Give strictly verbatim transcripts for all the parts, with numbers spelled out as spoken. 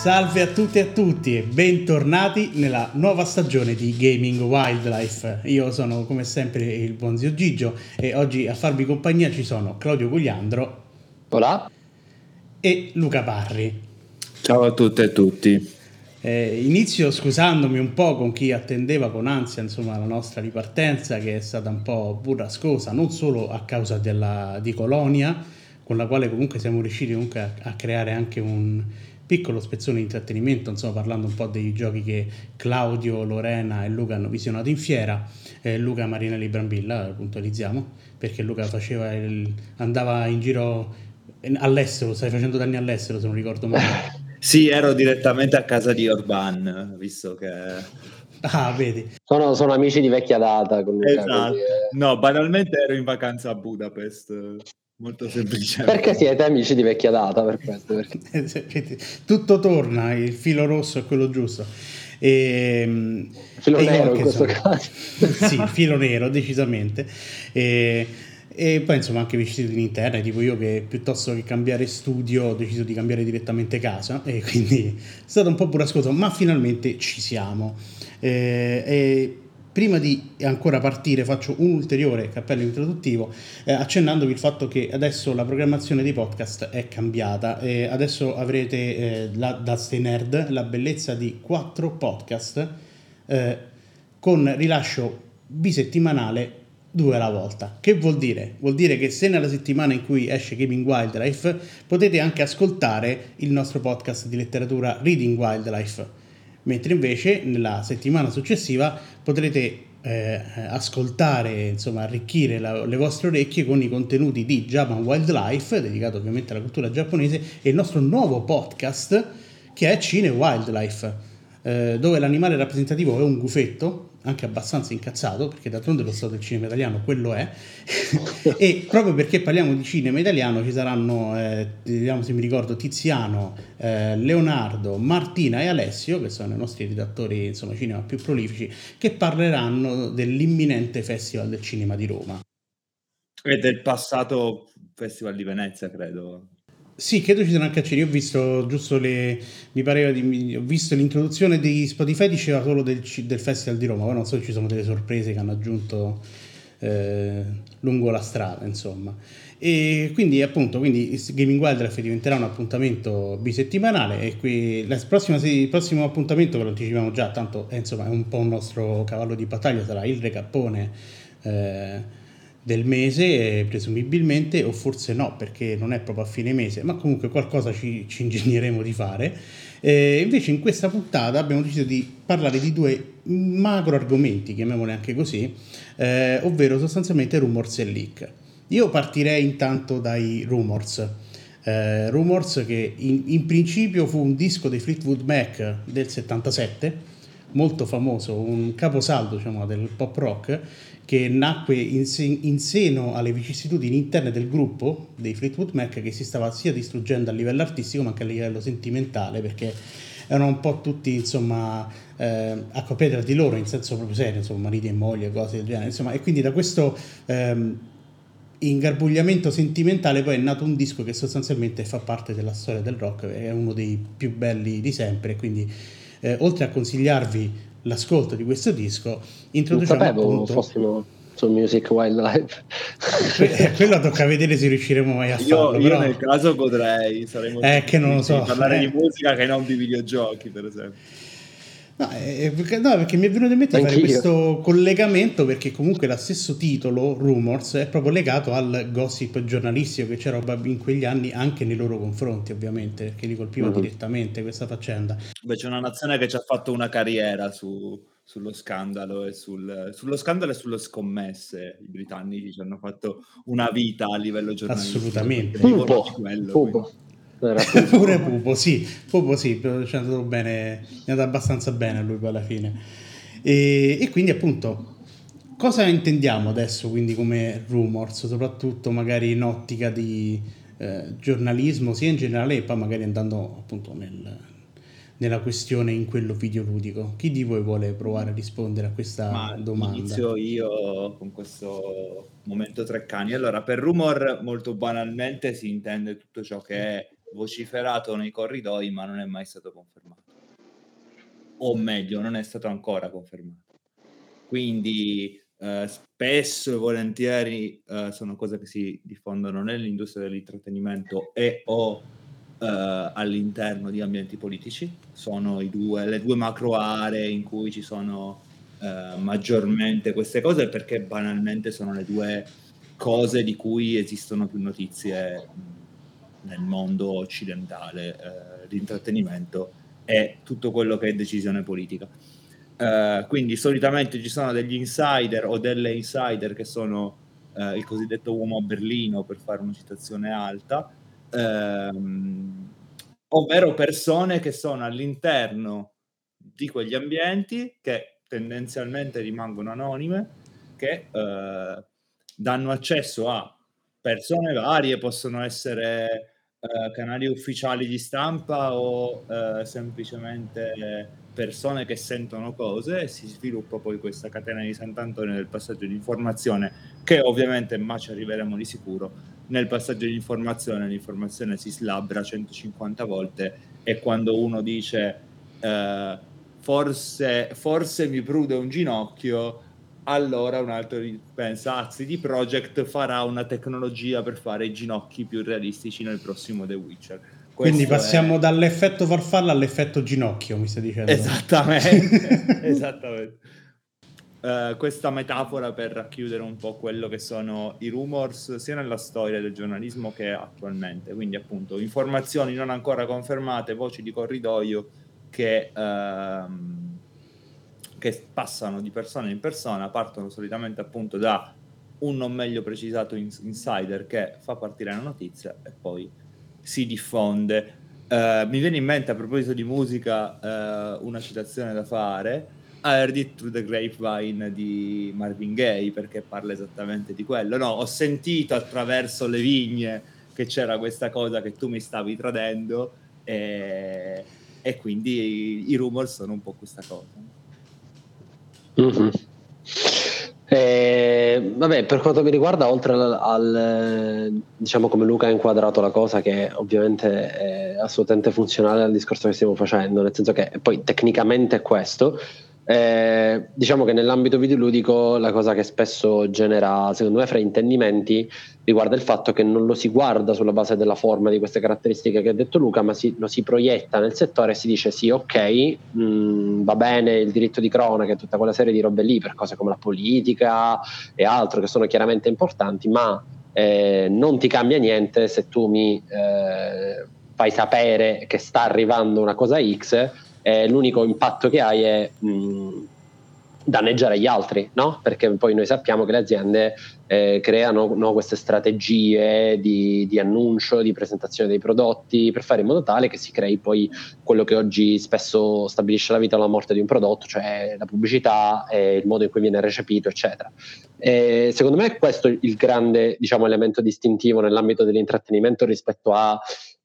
Salve a tutti e a tutti e bentornati nella nuova stagione di Gaming Wildlife. Io sono come sempre il buon zio Gigio e oggi a farvi compagnia ci sono Claudio Gugliandro. Hola. E Luca Parri. Ciao a tutte e a tutti. Eh, inizio scusandomi un po' con chi attendeva con ansia insomma la nostra ripartenza, che è stata un po' burrascosa, non solo a causa della, di Colonia, con la quale comunque siamo riusciti comunque a, a creare anche un piccolo spezzone di intrattenimento, insomma parlando un po' dei giochi che Claudio, Lorena e Luca hanno visionato in fiera. eh, Luca Marinelli Brambilla, puntualizziamo, perché Luca faceva il, andava in giro all'estero, stai facendo danni all'estero se non ricordo male. Sì, ero direttamente a casa di Orban, visto che... Ah, vedi. Sono, sono amici di vecchia data con Luca. Esatto. Quindi, eh. No, banalmente ero in vacanza a Budapest, molto semplicemente. Perché siete amici di vecchia data per questo? Perché... Tutto torna, il filo rosso è quello giusto. E, filo e nero in questo sono... caso. Sì, filo nero, decisamente. E, e poi insomma anche vestiti in internet, tipo io che piuttosto che cambiare studio ho deciso di cambiare direttamente casa, e quindi è stato un po' burrascoso, ma finalmente ci siamo. E, e prima di ancora partire faccio un ulteriore cappello introduttivo, eh, accennandovi il fatto che adesso la programmazione dei podcast è cambiata. E adesso avrete eh, la, da Stay Nerd la bellezza di quattro podcast eh, con rilascio bisettimanale, due alla volta. Che vuol dire? Vuol dire che se nella settimana in cui esce Gaming Wildlife potete anche ascoltare il nostro podcast di letteratura Reading Wildlife, mentre invece nella settimana successiva potrete eh, ascoltare, insomma arricchire la, le vostre orecchie con i contenuti di Japan Wildlife, dedicato ovviamente alla cultura giapponese, e il nostro nuovo podcast che è Cine Wildlife, eh, dove l'animale rappresentativo è un gufetto, anche abbastanza incazzato, perché d'altronde lo stato del cinema italiano quello è. E proprio perché parliamo di cinema italiano ci saranno, eh, vediamo se mi ricordo, Tiziano, eh, Leonardo, Martina e Alessio, che sono i nostri redattori insomma cinema più prolifici, che parleranno dell'imminente Festival del Cinema di Roma e del passato Festival di Venezia, credo. Sì, credo ci siano anche a Io ho visto giusto le. Mi pareva di. Ho visto l'introduzione di Spotify, diceva solo del, del Festival di Roma. Poi non so se ci sono delle sorprese che hanno aggiunto eh, lungo la strada, insomma. E quindi, appunto, quindi Gaming Wildlife diventerà un appuntamento bisettimanale. E qui il prossimo, il prossimo appuntamento, che lo anticipiamo già, tanto è, insomma, è un po' un nostro cavallo di battaglia, sarà il recappone Eh, del mese, presumibilmente, o forse no, perché non è proprio a fine mese, ma comunque qualcosa ci, ci ingegneremo di fare. Eh, invece in questa puntata abbiamo deciso di parlare di due macro argomenti, chiamiamoli anche così, eh, ovvero sostanzialmente rumors e leak. Io partirei intanto dai rumors. Eh, rumors che in, in principio fu un disco dei Fleetwood Mac del settantasette, molto famoso, un caposaldo, diciamo, del pop rock, che nacque in, se- in seno alle vicissitudini interne del gruppo dei Fleetwood Mac, che si stava sia distruggendo a livello artistico ma anche a livello sentimentale, perché erano un po' tutti insomma eh, accoppiati tra di loro in senso proprio serio, insomma mariti e moglie, cose del genere, insomma, e quindi da questo ehm, ingarbugliamento sentimentale poi è nato un disco che sostanzialmente fa parte della storia del rock, è uno dei più belli di sempre, quindi eh, oltre a consigliarvi l'ascolto di questo disco, introduciamo non sapevo appunto fossimo su Music Wildlife. que- quello tocca vedere se riusciremo mai a Io, farlo, io però nel caso potrei, saremo eh, che non lo so, di parlare eh. di musica che non di videogiochi, per esempio. No, eh, perché, no, perché mi è venuto in mente di fare Anch'io. questo collegamento, perché comunque lo stesso titolo, Rumors, è proprio legato al gossip giornalistico che c'era in quegli anni anche nei loro confronti, ovviamente, perché li colpiva Mhm. direttamente questa faccenda. Beh, c'è una nazione che ci ha fatto una carriera su, sullo scandalo e sul, sullo scandalo e sulle scommesse. I britannici ci hanno fatto una vita a livello giornalistico. Assolutamente. perché vivono Pupo, di quello, Pupo. Era Pure Pupo. Pupo, sì, Pupo sì, ci è andato bene, è andato abbastanza bene a lui poi alla fine. E, e quindi appunto, cosa intendiamo adesso quindi come rumors, soprattutto magari in ottica di eh, giornalismo, sia in generale, e poi magari andando appunto nel, nella questione in quello videoludico. Chi di voi vuole provare a rispondere a questa Ma domanda? inizio io con questo momento Treccani. Allora, per rumor, molto banalmente, si intende tutto ciò che è vociferato nei corridoi, ma non è mai stato confermato. O meglio, non è stato ancora confermato. Quindi eh, spesso e volentieri eh, sono cose che si diffondono nell'industria dell'intrattenimento e o eh, all'interno di ambienti politici. Sono i due, le due macro aree in cui ci sono eh, maggiormente queste cose, perché banalmente sono le due cose di cui esistono più notizie mh, nel mondo occidentale, eh, l'intrattenimento e tutto quello che è decisione politica. Uh, quindi solitamente ci sono degli insider o delle insider che sono uh, il cosiddetto uomo a Berlino, per fare una citazione alta, ehm, ovvero persone che sono all'interno di quegli ambienti, che tendenzialmente rimangono anonime, che uh, danno accesso a persone varie, possono essere uh, canali ufficiali di stampa o uh, semplicemente persone che sentono cose, e si sviluppa poi questa catena di Sant'Antonio del passaggio di informazione, che ovviamente, ma ci arriveremo di sicuro, nel passaggio di informazione l'informazione si slabbra centocinquanta volte, e quando uno dice eh, forse, forse mi prude un ginocchio, allora un altro pensa, ah, C D Projekt farà una tecnologia per fare i ginocchi più realistici nel prossimo The Witcher. Quindi Questo passiamo è... dall'effetto farfalla all'effetto ginocchio, mi stai dicendo? Esattamente, esattamente. Uh, questa metafora per racchiudere un po' quello che sono i rumors sia nella storia del giornalismo che attualmente, quindi appunto informazioni non ancora confermate, voci di corridoio che, uh, che passano di persona in persona, partono solitamente appunto da un non meglio precisato ins- insider che fa partire la notizia e poi si diffonde. Uh, mi viene in mente, a proposito di musica, uh, una citazione da fare: I Heard It Through the Grapevine di Marvin Gaye, perché parla esattamente di quello. No, ho sentito attraverso le vigne che c'era questa cosa che tu mi stavi tradendo, e, e quindi i, i rumor sono un po' questa cosa. Mm-hmm. Eh, vabbè, per quanto mi riguarda, oltre al, al diciamo come Luca ha inquadrato la cosa, che ovviamente è assolutamente funzionale al discorso che stiamo facendo, nel senso che poi tecnicamente è questo, eh, diciamo che nell'ambito videoludico la cosa che spesso genera, secondo me, fraintendimenti riguarda il fatto che non lo si guarda sulla base della forma di queste caratteristiche che ha detto Luca, ma si, lo si proietta nel settore e si dice sì, ok, mh, va bene il diritto di cronaca e tutta quella serie di robe lì per cose come la politica e altro che sono chiaramente importanti, ma eh, non ti cambia niente se tu mi eh, fai sapere che sta arrivando una cosa X, eh, l'unico impatto che hai è mh, danneggiare gli altri, no? Perché poi noi sappiamo che le aziende eh, creano no, queste strategie di, di annuncio, di presentazione dei prodotti, per fare in modo tale che si crei poi quello che oggi spesso stabilisce la vita o la morte di un prodotto, cioè la pubblicità e il modo in cui viene recepito, eccetera. E secondo me questo è il grande, diciamo, elemento distintivo nell'ambito dell'intrattenimento rispetto a...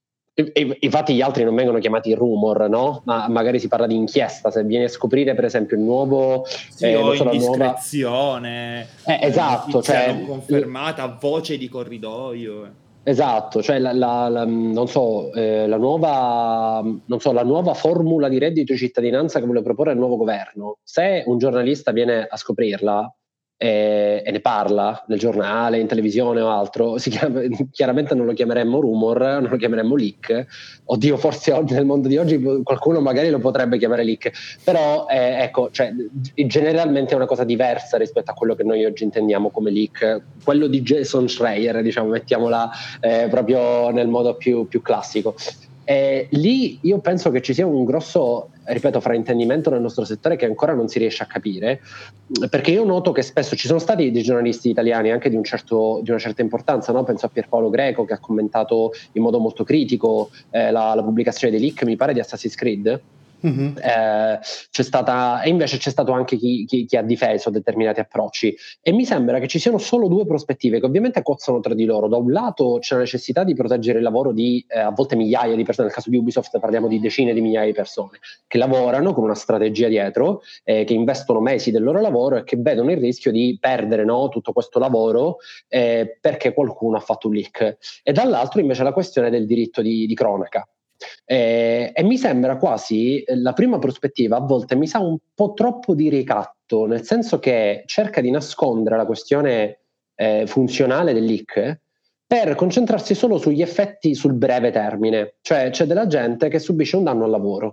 Infatti gli altri non vengono chiamati rumor, no? Ma magari si parla di inchiesta. Se vieni a scoprire per esempio il nuovo sì, eh, o so, indiscrezione, nuova... eh, esatto, notizia cioè, non confermata, voce di corridoio. Esatto, cioè la, la, la, non so, eh, la nuova non so, la nuova formula di reddito di cittadinanza che vuole proporre il nuovo governo. Se un giornalista viene a scoprirla e, e ne parla nel giornale, in televisione o altro, si chiama, chiaramente non lo chiameremmo rumor, non lo chiameremmo leak. Oddio, forse oggi nel mondo di oggi qualcuno magari lo potrebbe chiamare leak, però eh, ecco, cioè, generalmente è una cosa diversa rispetto a quello che noi oggi intendiamo come leak. Quello di Jason Schreier, diciamo, mettiamola eh, proprio nel modo più, più classico. Eh, lì io penso che ci sia un grosso, ripeto, fraintendimento nel nostro settore che ancora non si riesce a capire, perché io noto che spesso ci sono stati dei giornalisti italiani anche di, un certo, di una certa importanza, no? Penso a Pierpaolo Greco che ha commentato in modo molto critico eh, la, la pubblicazione dei leak, mi pare, di Assassin's Creed. Mhm. Eh, c'è stata, e invece c'è stato anche chi, chi- chi ha difeso determinati approcci, e mi sembra che ci siano solo due prospettive che ovviamente cozzano tra di loro. Da un lato c'è la necessità di proteggere il lavoro di eh, a volte migliaia di persone, nel caso di Ubisoft parliamo di decine di migliaia di persone che lavorano con una strategia dietro, eh, che investono mesi del loro lavoro e che vedono il rischio di perdere, no, tutto questo lavoro eh, perché qualcuno ha fatto un leak. E dall'altro invece la questione del diritto di, di cronaca. Eh, e mi sembra quasi eh, la prima prospettiva a volte mi sa un po' troppo di ricatto, nel senso che cerca di nascondere la questione eh, funzionale del leak per concentrarsi solo sugli effetti sul breve termine, cioè c'è della gente che subisce un danno al lavoro.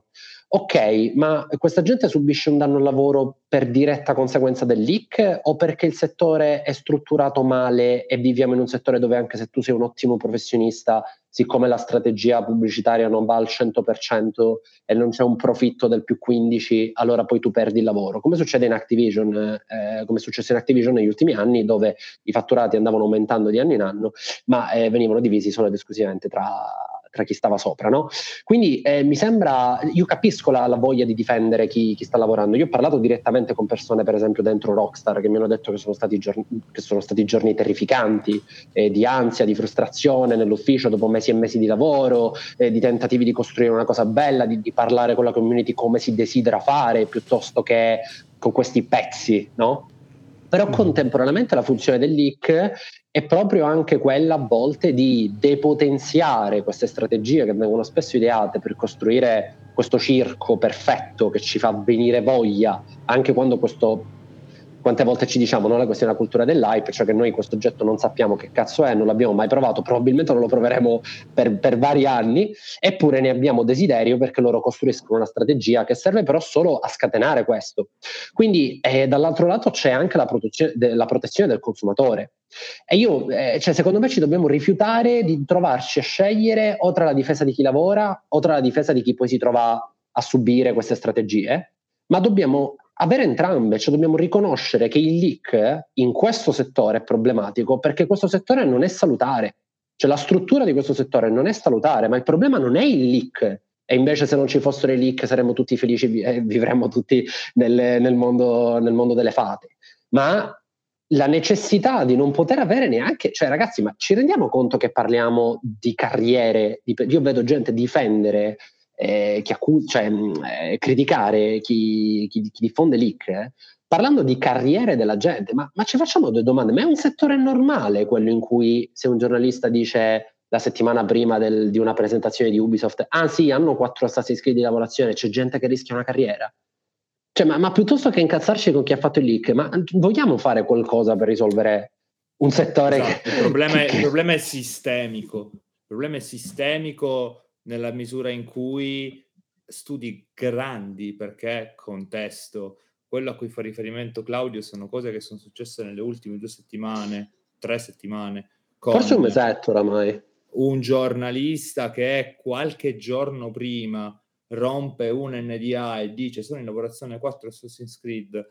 Ok, ma questa gente subisce un danno al lavoro per diretta conseguenza del leak o perché il settore è strutturato male e viviamo in un settore dove anche se tu sei un ottimo professionista, siccome la strategia pubblicitaria non va al cento per cento e non c'è un profitto del più quindici, allora poi tu perdi il lavoro. Come succede in Activision, eh, come è successo in Activision negli ultimi anni, dove i fatturati andavano aumentando di anno in anno, ma eh, venivano divisi solo ed esclusivamente tra, tra chi stava sopra, no? Quindi eh, mi sembra, io capisco la, la voglia di difendere chi, chi sta lavorando. Io ho parlato direttamente con persone, per esempio, dentro Rockstar, che mi hanno detto che sono stati giorni, che sono stati giorni terrificanti, eh, di ansia, di frustrazione nell'ufficio dopo mesi e mesi di lavoro, eh, di tentativi di costruire una cosa bella, di, di parlare con la community come si desidera fare, piuttosto che con questi pezzi, no? Però contemporaneamente la funzione del leak è proprio anche quella a volte di depotenziare queste strategie che vengono spesso ideate per costruire questo circo perfetto che ci fa venire voglia, anche quando questo, quante volte ci diciamo, no? La questione della cultura dell'hype, cioè che noi questo oggetto non sappiamo che cazzo è, non l'abbiamo mai provato, probabilmente non lo proveremo per, per vari anni, eppure ne abbiamo desiderio perché loro costruiscono una strategia che serve però solo a scatenare questo. Quindi eh, dall'altro lato c'è anche la, protezione, de, la protezione del consumatore. E io, eh, cioè, secondo me ci dobbiamo rifiutare di trovarci a scegliere o tra la difesa di chi lavora o tra la difesa di chi poi si trova a subire queste strategie, ma dobbiamo avere entrambe, cioè dobbiamo riconoscere che il leak in questo settore è problematico perché questo settore non è salutare, cioè la struttura di questo settore non è salutare, ma il problema non è il leak. E invece se non ci fossero i leak saremmo tutti felici e vivremmo tutti nel, nel, mondo, nel mondo delle fate. Ma la necessità di non poter avere neanche, cioè ragazzi, ma ci rendiamo conto che parliamo di carriere? Di, io vedo gente difendere, eh, chi accusa, cioè eh, criticare chi, chi, chi diffonde leak, eh, parlando di carriere della gente, ma, ma ci facciamo due domande, ma è un settore normale quello in cui se un giornalista dice la settimana prima del, di una presentazione di Ubisoft, ah sì, hanno quattro Assassin's Creed di lavorazione, c'è gente che rischia una carriera? Cioè, ma, ma piuttosto che incazzarci con chi ha fatto il leak, ma vogliamo fare qualcosa per risolvere un settore Esatto, che, il problema, che, è, il che... problema è sistemico. Il problema è sistemico nella misura in cui studi grandi, perché contesto, quello a cui fa riferimento Claudio sono cose che sono successe nelle ultime due settimane, tre settimane, Forse un con mesetto oramai. un giornalista che qualche giorno prima rompe un N D A e dice sono in lavorazione quattro Assassin's Creed,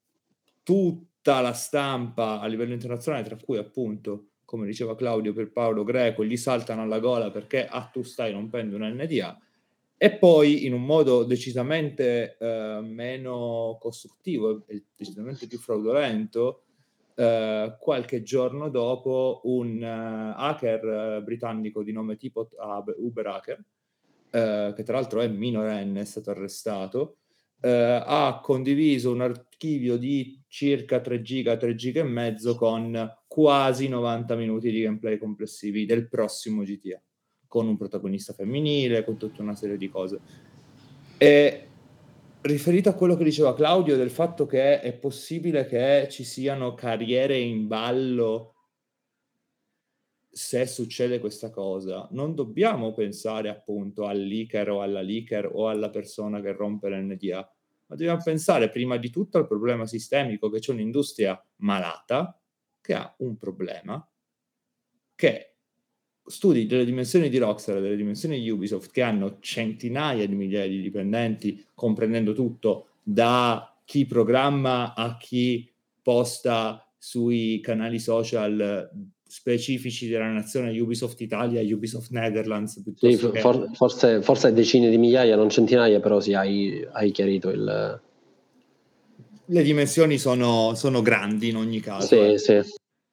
tutta la stampa a livello internazionale, tra cui appunto, come diceva Claudio, per Paolo Greco, gli saltano alla gola perché ah, tu stai rompendo un N D A, e poi in un modo decisamente eh, meno costruttivo e decisamente più fraudolento, eh, qualche giorno dopo un uh, hacker uh, britannico di nome tipo uh, Uber Hacker, uh, che tra l'altro è minorenne, è stato arrestato, uh, ha condiviso un archivio di circa tre giga, tre giga e mezzo con quasi novanta minuti di gameplay complessivi del prossimo G T A, con un protagonista femminile, con tutta una serie di cose. E riferito a quello che diceva Claudio del fatto che è possibile che ci siano carriere in ballo se succede questa cosa, non dobbiamo pensare appunto al leaker o alla leaker o alla persona che rompe l'N D A, ma dobbiamo pensare prima di tutto al problema sistemico, che c'è un'industria malata che ha un problema, che studi delle dimensioni di Rockstar, delle dimensioni di Ubisoft, che hanno centinaia di migliaia di dipendenti, comprendendo tutto, da chi programma a chi posta sui canali social specifici della nazione, Ubisoft Italia, Ubisoft Netherlands, Sì, piuttosto che... for- forse, forse decine di migliaia, non centinaia, però sì, hai, hai chiarito il... Le dimensioni sono, sono grandi in ogni caso. Sì, eh. sì.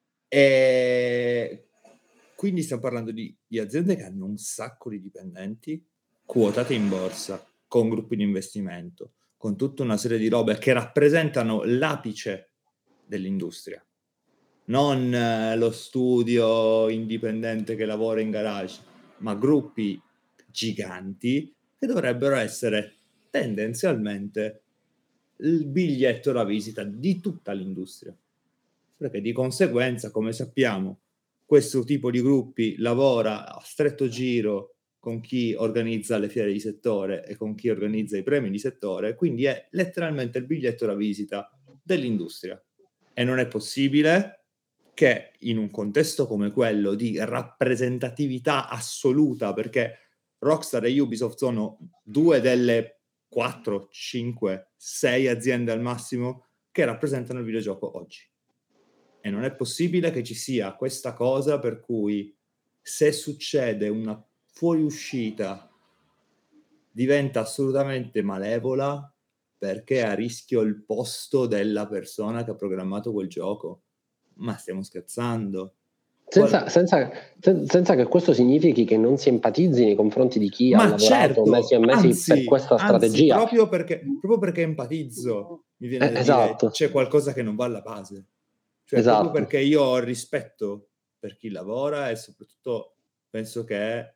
E quindi stiamo parlando di, di aziende che hanno un sacco di dipendenti, quotate in borsa, con gruppi di investimento, con tutta una serie di robe che rappresentano l'apice dell'industria. Non eh, lo studio indipendente che lavora in garage, ma gruppi giganti che dovrebbero essere tendenzialmente il biglietto da visita di tutta l'industria. Perché di conseguenza, come sappiamo, questo tipo di gruppi lavora a stretto giro con chi organizza le fiere di settore e con chi organizza i premi di settore, quindi è letteralmente il biglietto da visita dell'industria. E non è possibile che in un contesto come quello di rappresentatività assoluta, perché Rockstar e Ubisoft sono due delle quattro, cinque, sei aziende al massimo che rappresentano il videogioco oggi. E non è possibile che ci sia questa cosa per cui se succede una fuoriuscita diventa assolutamente malevola perché è a rischio il posto della persona che ha programmato quel gioco. Ma stiamo scherzando? Senza, senza, sen- senza che questo significhi che non si empatizzi nei confronti di chi ha Ma lavorato certo, mesi e mesi anzi, per questa anzi, strategia. proprio perché, proprio perché empatizzo, mi viene Eh, da esatto. dire, c'è qualcosa che non va alla base. Cioè, Esatto. proprio perché io ho rispetto per chi lavora e soprattutto penso che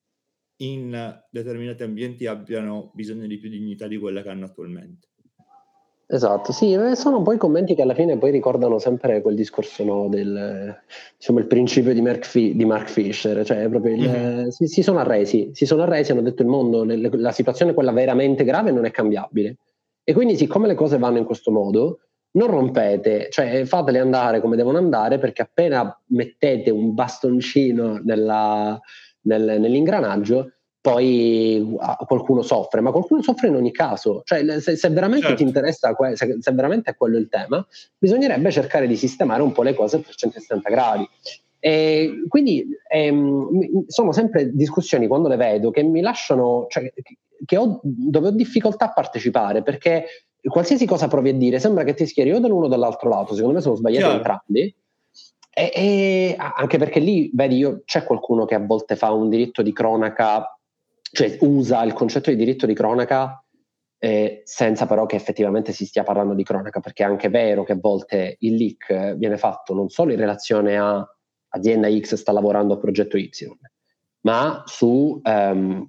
in determinati ambienti abbiano bisogno di più dignità di quella che hanno attualmente. Esatto, sì, eh, sono poi commenti che alla fine poi ricordano sempre quel discorso, no, del, diciamo, il principio di Mark, Fi- di Mark Fisher, cioè proprio il, Mhm. si, si sono arresi, si sono arresi, hanno detto il mondo, le- la situazione quella veramente grave non è cambiabile. E quindi siccome le cose vanno in questo modo, non rompete, cioè fatele andare come devono andare, perché appena mettete un bastoncino nella- nel- nell'ingranaggio, poi ah, qualcuno soffre, ma qualcuno soffre in ogni caso. Cioè, se, se veramente Certo. ti interessa, que- se, se veramente è quello il tema, bisognerebbe cercare di sistemare un po' le cose a trecentosettanta gradi. E quindi ehm, sono sempre discussioni, quando le vedo, che mi lasciano, cioè, che ho, dove ho difficoltà a partecipare, perché qualsiasi cosa provi a dire sembra che ti schieri o dall'uno o dall'altro lato. Secondo me sono sbagliati Chiaro. entrambi. E, e anche perché lì, vedi, io, c'è qualcuno che a volte fa un diritto di cronaca, cioè usa il concetto di diritto di cronaca eh, senza però che effettivamente si stia parlando di cronaca, perché è anche vero che a volte il leak viene fatto non solo in relazione a azienda X sta lavorando a progetto Y, ma su, um,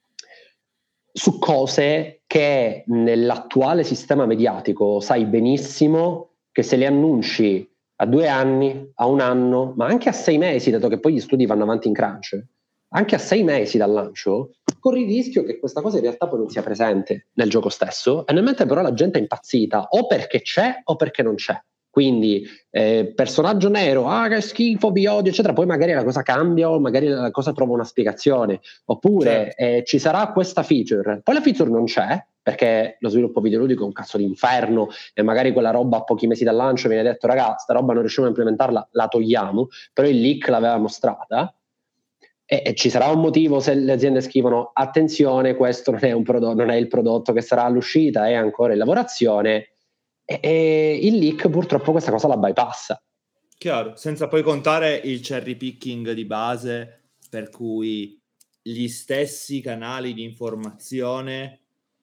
su cose che nell'attuale sistema mediatico sai benissimo che se le annunci a due anni, a un anno, ma anche a sei mesi, dato che poi gli studi vanno avanti in crunch, anche a sei mesi dal lancio, corri il rischio che questa cosa in realtà poi non sia presente nel gioco stesso, e nel mentre però la gente è impazzita o perché c'è o perché non c'è. Quindi eh, personaggio nero, ah che schifo, vi odio, eccetera, poi magari la cosa cambia o magari la cosa trova una spiegazione, oppure Certo. eh, ci sarà questa feature, poi la feature non c'è, perché lo sviluppo videoludico è un cazzo d'inferno e magari quella roba a pochi mesi dal lancio viene detto raga, sta roba non riusciamo a implementarla, la togliamo, però il leak l'aveva mostrata. E, e ci sarà un motivo se le aziende scrivono attenzione, questo non è, un prodotto, non è il prodotto che sarà all'uscita, è ancora in lavorazione, e, e il leak purtroppo questa cosa la bypassa. Chiaro, senza poi contare il cherry picking di base, per cui gli stessi canali di informazione,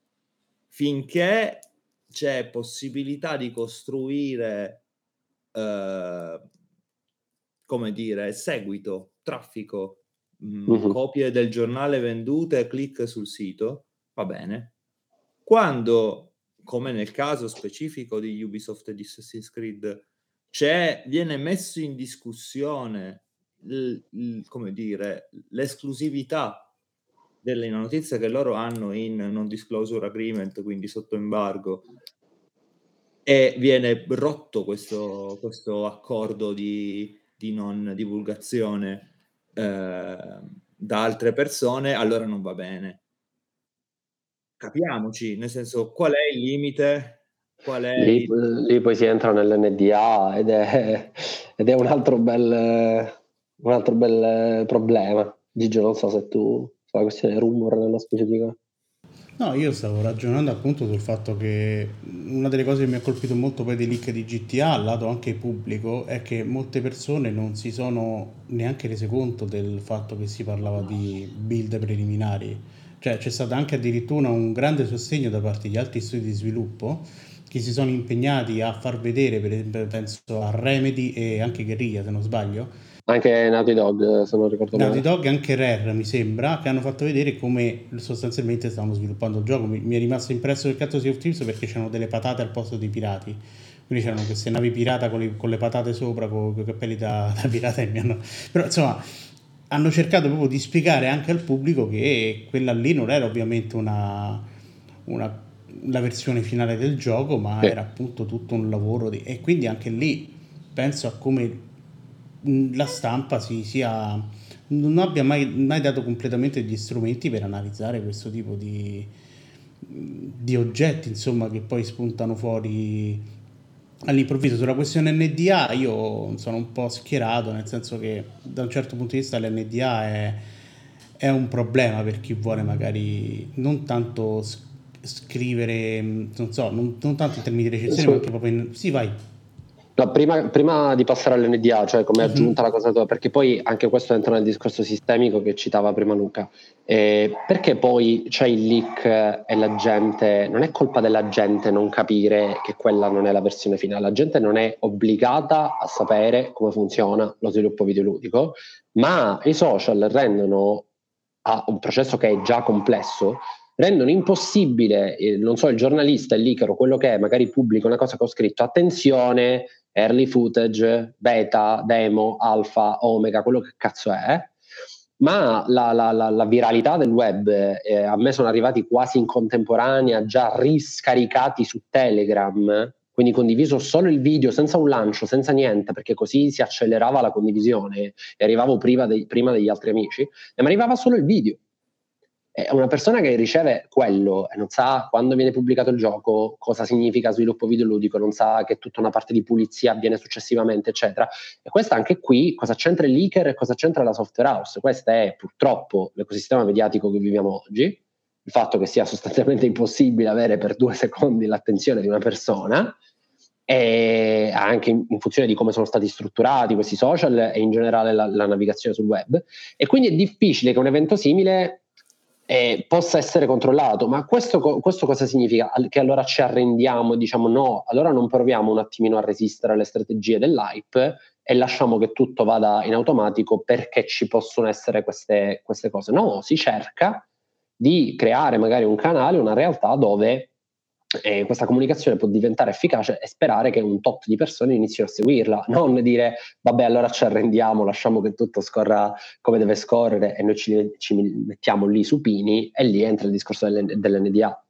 finché c'è possibilità di costruire eh, come dire, seguito, traffico, mh, Mhm. copie del giornale vendute, click sul sito, va bene. Quando, come nel caso specifico di Ubisoft e di Assassin's Creed, c'è, viene messo in discussione l, l, come dire, l'esclusività delle notizie che loro hanno in non disclosure agreement, quindi sotto embargo, e viene rotto questo, questo accordo di, di non divulgazione eh, da altre persone, allora non va bene. Capiamoci, nel senso, qual è il limite? Qual è Lì, il... lì poi si entra nell'N D A ed è, ed è un altro bel, un altro bel problema. Gigio, non so se tu, sulla questione rumor nello specifico. No, io stavo ragionando appunto sul fatto che una delle cose che mi ha colpito molto poi dei leak di G T A, al lato anche pubblico, è che molte persone non si sono neanche rese conto del fatto che si parlava di build preliminari. Cioè c'è stato anche addirittura un grande sostegno da parte di altri studi di sviluppo che si sono impegnati a far vedere, per esempio penso a Remedy e anche Guerrilla, se non sbaglio, Anche Naughty Dog, se non ricordo Naughty male. Dog e anche Rare mi sembra che hanno fatto vedere come sostanzialmente stavano sviluppando il gioco. Mi, mi è rimasto impresso il cazzo Sea of Thieves perché c'erano delle patate al posto dei pirati, quindi c'erano queste navi pirata con le, con le patate sopra, con, con i cappelli da, da pirata e mi hanno... però insomma hanno cercato proprio di spiegare anche al pubblico che quella lì non era ovviamente una, una la versione finale del gioco, ma Sì. era appunto tutto un lavoro di... e quindi anche lì penso a come la stampa si sia non abbia mai, mai dato completamente gli strumenti per analizzare questo tipo di, di oggetti, insomma, che poi spuntano fuori all'improvviso. Sulla questione N D A io sono un po' schierato, nel senso che da un certo punto di vista l'N D A è, è un problema per chi vuole magari non tanto s- scrivere, non so, non, non tanto in termini di recensione, ma Su- anche proprio in... Sì, vai. No, prima, prima di passare all'N D A, cioè come Mhm. aggiunta la cosa tua, perché poi anche questo entra nel discorso sistemico che citava prima Luca, eh, perché poi c'è il leak e la gente, non è colpa della gente non capire che quella non è la versione finale, la gente non è obbligata a sapere come funziona lo sviluppo videoludico, ma i social rendono a un processo che è già complesso, rendono impossibile, eh, non so, il giornalista, il leaker o quello che è, magari pubblica una cosa che ho scritto, attenzione, early footage, beta, demo, alfa, omega, quello che cazzo è, ma la, la, la, la viralità del web, eh, a me sono arrivati quasi in contemporanea, già riscaricati su Telegram, quindi condiviso solo il video, senza un lancio, senza niente, perché così si accelerava la condivisione e arrivavo prima, dei, prima degli altri amici, e mi arrivava solo il video. È una persona che riceve quello e non sa quando viene pubblicato il gioco, cosa significa sviluppo videoludico, non sa che tutta una parte di pulizia avviene successivamente, eccetera. E questa anche qui, cosa c'entra il leaker e cosa c'entra la software house? Questo è purtroppo l'ecosistema mediatico che viviamo oggi, il fatto che sia sostanzialmente impossibile avere per due secondi l'attenzione di una persona, e anche in, in funzione di come sono stati strutturati questi social e in generale la, la navigazione sul web. E quindi è difficile che un evento simile eh, possa essere controllato. Ma questo, questo cosa significa? Che allora ci arrendiamo e diciamo no, allora non proviamo un attimino a resistere alle strategie dell'hype e lasciamo che tutto vada in automatico perché ci possono essere queste, queste cose. No, si cerca di creare magari un canale, una realtà dove eh, questa comunicazione può diventare efficace e sperare che un tot di persone inizino a seguirla, non dire vabbè allora ci arrendiamo, lasciamo che tutto scorra come deve scorrere e noi ci, ci mettiamo lì supini, e lì entra il discorso dell'N- dell'N D A.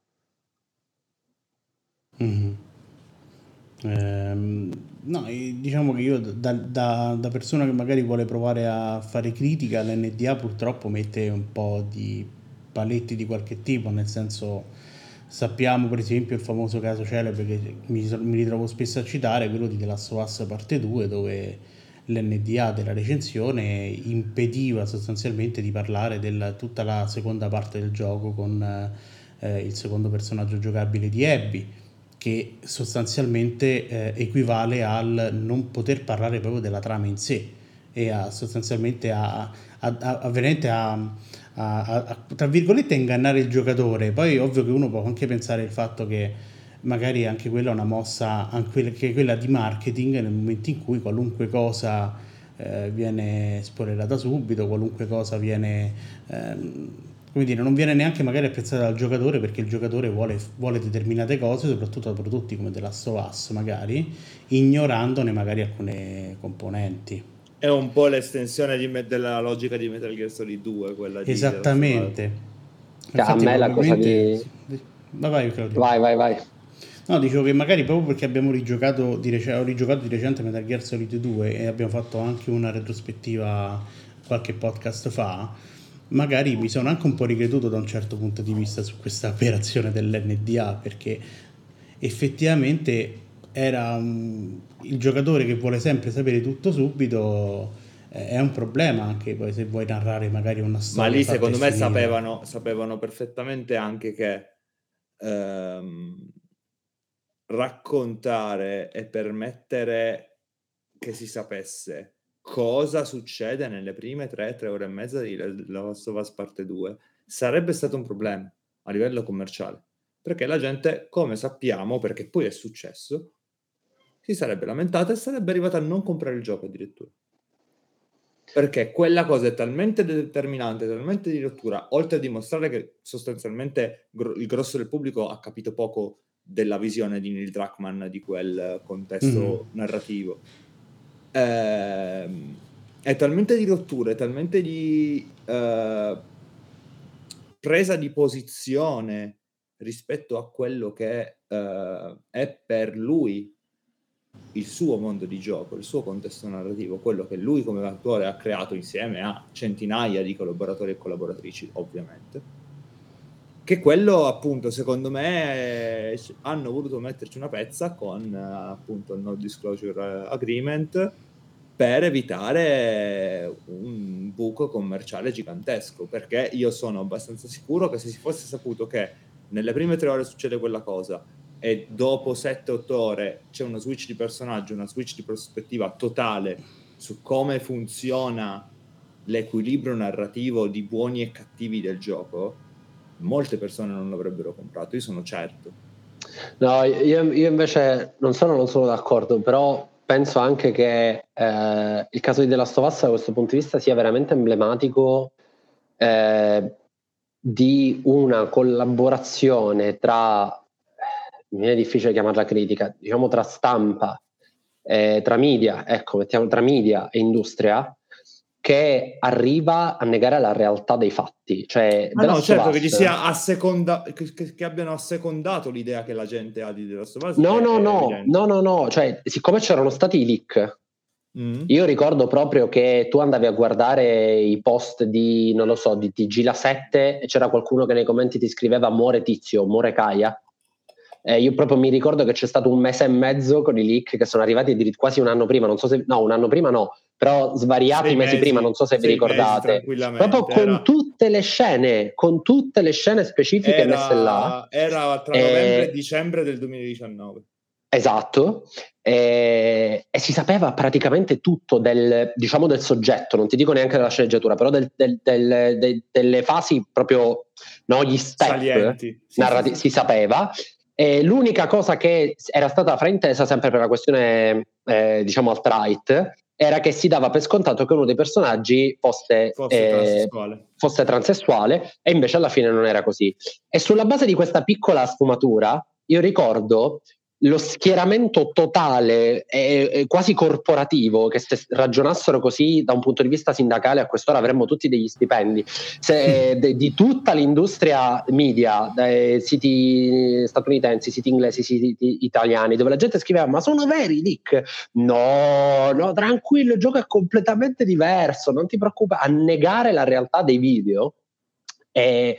Mhm. Ehm, no, eh, diciamo che io da, da- da persona che magari vuole provare a fare critica, l'N D A purtroppo mette un po' di paletti di qualche tipo, nel senso sappiamo per esempio il famoso caso celebre che mi, mi ritrovo spesso a citare, quello di The Last of Us parte due, dove l'N D A della recensione impediva sostanzialmente di parlare di tutta la seconda parte del gioco con eh, il secondo personaggio giocabile di Abby, che sostanzialmente eh, equivale al non poter parlare proprio della trama in sé e a sostanzialmente a, a, a, a veramente a, a, a, tra virgolette ingannare il giocatore. Poi ovvio che uno può anche pensare il fatto che magari anche quella è una mossa, anche quella di marketing, nel momento in cui qualunque cosa eh, viene spoilerata subito, qualunque cosa viene ehm, come dire, non viene neanche magari apprezzata dal giocatore perché il giocatore vuole, vuole determinate cose, soprattutto da prodotti come The Last of Us magari, ignorandone magari alcune componenti. È un po' l'estensione di me- della logica di Metal Gear Solid due, quella di Esattamente. Cioè, a Infatti me la cosa probabilmente... di... Ma vai Claudio. Vai, vai, vai. No, dicevo che magari proprio perché abbiamo rigiocato di, rec- ho rigiocato di recente Metal Gear Solid due e abbiamo fatto anche una retrospettiva qualche podcast fa, magari mi sono anche un po' ricreduto da un certo punto di vista su questa operazione dell'N D A, perché effettivamente era un- il giocatore che vuole sempre sapere tutto subito, è un problema anche poi se vuoi narrare magari una storia. Ma lì secondo me sapevano, sapevano perfettamente anche che ehm, raccontare e permettere che si sapesse cosa succede nelle prime tre, tre ore e mezza di The Last of Us parte due sarebbe stato un problema a livello commerciale, perché la gente, come sappiamo, perché poi è successo, si sarebbe lamentata e sarebbe arrivata a non comprare il gioco addirittura. Perché quella cosa è talmente determinante, talmente di rottura, oltre a dimostrare che sostanzialmente gro- il grosso del pubblico ha capito poco della visione di Neil Druckmann di quel contesto Mhm. narrativo. Ehm, è talmente di rottura, è talmente di eh, presa di posizione rispetto a quello che eh, è per lui il suo mondo di gioco, il suo contesto narrativo, quello che lui come autore ha creato insieme a centinaia di collaboratori e collaboratrici, ovviamente, che quello appunto secondo me eh, hanno voluto metterci una pezza con eh, appunto il no disclosure agreement per evitare un buco commerciale gigantesco, perché io sono abbastanza sicuro che se si fosse saputo che nelle prime tre ore succede quella cosa e dopo sette otto ore c'è uno switch di personaggio, una switch di prospettiva totale su come funziona l'equilibrio narrativo di buoni e cattivi del gioco, molte persone non l'avrebbero comprato, io sono certo. No, io, io invece non solo non sono d'accordo, però penso anche che eh, il caso di The Last of Us da questo punto di vista sia veramente emblematico eh, di una collaborazione tra, mi viene difficile chiamarla critica, diciamo tra stampa, eh, tra media, ecco, mettiamo tra media e industria, che arriva a negare la realtà dei fatti. Cioè, Ma The no, Last certo of che Us, ci sia asseconda- che, che, che abbiano assecondato l'idea che la gente ha di The Last of Us no, è, no, è no, evidente. no, no, no, cioè, siccome c'erano stati i leak, Mm. io ricordo proprio che tu andavi a guardare i post di, non lo so, di T G La sette e c'era qualcuno che nei commenti ti scriveva muore Tizio, muore Caia. Eh, io proprio mi ricordo che c'è stato un mese e mezzo con i leak che sono arrivati addirittura quasi un anno prima, non so se, no, un anno prima no, però svariati Sei mesi, mesi, prima, non so se vi sei mesi ricordate, proprio tranquillamente. con Era, tutte le scene, con tutte le scene specifiche messe là. era, era tra eh, novembre e dicembre del duemiladiciannove. Esatto, e, e si sapeva praticamente tutto del, diciamo, del soggetto, non ti dico neanche della sceneggiatura, però del, del, del, del, delle fasi proprio, no, gli step Salienti. Sì, narrativi, sì, sì. si sapeva. E l'unica cosa che era stata fraintesa sempre per la questione, eh, diciamo, alt-right, era che si dava per scontato che uno dei personaggi fosse, Fosse eh, transessuale. fosse transessuale, e invece alla fine non era così. E sulla base di questa piccola sfumatura, io ricordo lo schieramento totale e, e quasi corporativo, che se ragionassero così da un punto di vista sindacale a quest'ora avremmo tutti degli stipendi, se, de, di tutta l'industria media, dai siti statunitensi, siti inglesi, siti italiani, dove la gente scriveva ma sono veri i leak? No, no, tranquillo, il gioco è completamente diverso, non ti preoccupare, a negare la realtà dei video, eh,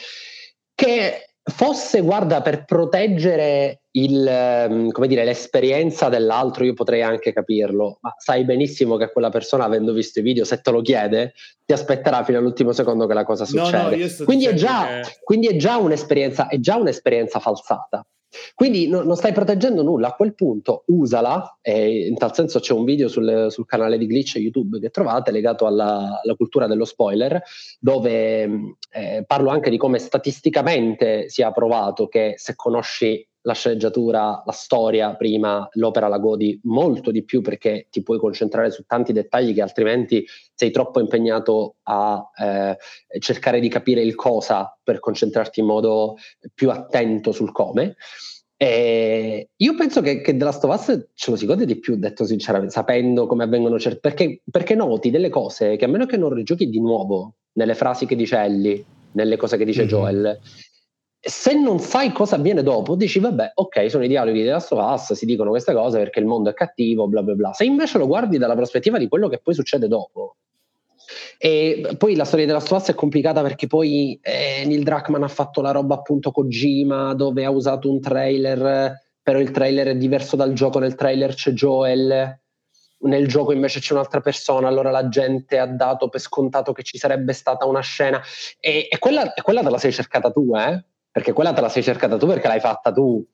che fosse, guarda, per proteggere il, come dire, l'esperienza dell'altro, io potrei anche capirlo, ma sai benissimo che quella persona, avendo visto i video, se te lo chiede, ti aspetterà fino all'ultimo secondo che la cosa succede. No, no, io sto quindi, è dicendo già, che... quindi è già un'esperienza, è già un'esperienza falsata. Quindi no, non stai proteggendo nulla. A quel punto usala, e in tal senso c'è un video sul, sul canale di Glitch YouTube che trovate legato alla, alla cultura dello spoiler, dove eh, parlo anche di come statisticamente sia provato che se conosci la sceneggiatura, la storia prima, l'opera la godi molto di più, perché ti puoi concentrare su tanti dettagli che altrimenti sei troppo impegnato a eh, cercare di capire il cosa per concentrarti in modo più attento sul come. E io penso che, che The Last of Us ce lo si gode di più, detto sinceramente, sapendo come avvengono certe, perché, perché noti delle cose che, a meno che non rigiochi di nuovo nelle frasi che dice Ellie, nelle cose che dice Mhm. Joel, se non sai cosa avviene dopo, dici vabbè, ok, sono i dialoghi di The Last of Us, si dicono queste cose perché il mondo è cattivo, bla bla bla. Se invece lo guardi dalla prospettiva di quello che poi succede dopo, e poi la storia della Last of Us è complicata perché poi eh, Neil Druckmann ha fatto la roba appunto Kojima, dove ha usato un trailer, però il trailer è diverso dal gioco, nel trailer c'è Joel, nel gioco invece c'è un'altra persona, allora la gente ha dato per scontato che ci sarebbe stata una scena, e, e, quella, e quella te la sei cercata tu, eh? Perché quella te la sei cercata tu perché l'hai fatta tu.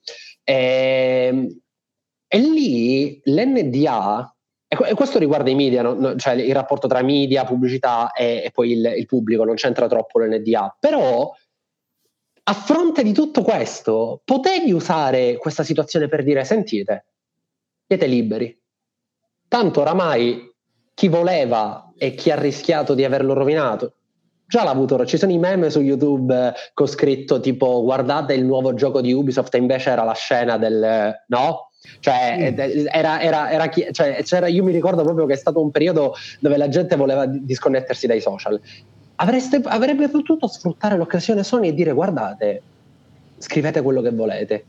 E, e lì l'N D A, e questo riguarda i media, no? Cioè il rapporto tra media, pubblicità e, e poi il, il pubblico, non c'entra troppo l'N D A, però a fronte di tutto questo potevi usare questa situazione per dire: sentite, siete liberi, tanto oramai chi voleva e chi ha rischiato di averlo rovinato già l'ha avuto. Ci sono i meme su YouTube con scritto tipo guardate il nuovo gioco di Ubisoft, e invece era la scena del no? Cioè, mm. era, era, era, cioè c'era, io mi ricordo proprio che è stato un periodo dove la gente voleva disconnettersi dai social. Avreste, avrebbe potuto sfruttare l'occasione Sony e dire: guardate, scrivete quello che volete,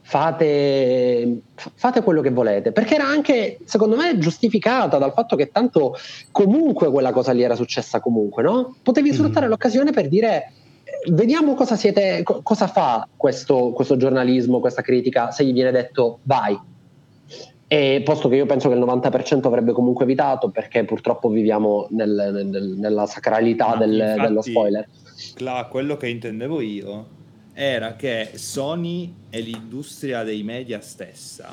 fate, fate quello che volete, perché era anche, secondo me, giustificata dal fatto che tanto comunque quella cosa lì era successa comunque, no? Potevi sfruttare mm. l'occasione per dire: vediamo cosa siete, co- cosa fa questo, questo giornalismo, questa critica, se gli viene detto vai. E posto che io penso che il novanta per cento avrebbe comunque evitato, perché purtroppo viviamo nel, nel, nella sacralità del, infatti, dello spoiler. Cla, quello che intendevo io era che Sony e l'industria dei media stessa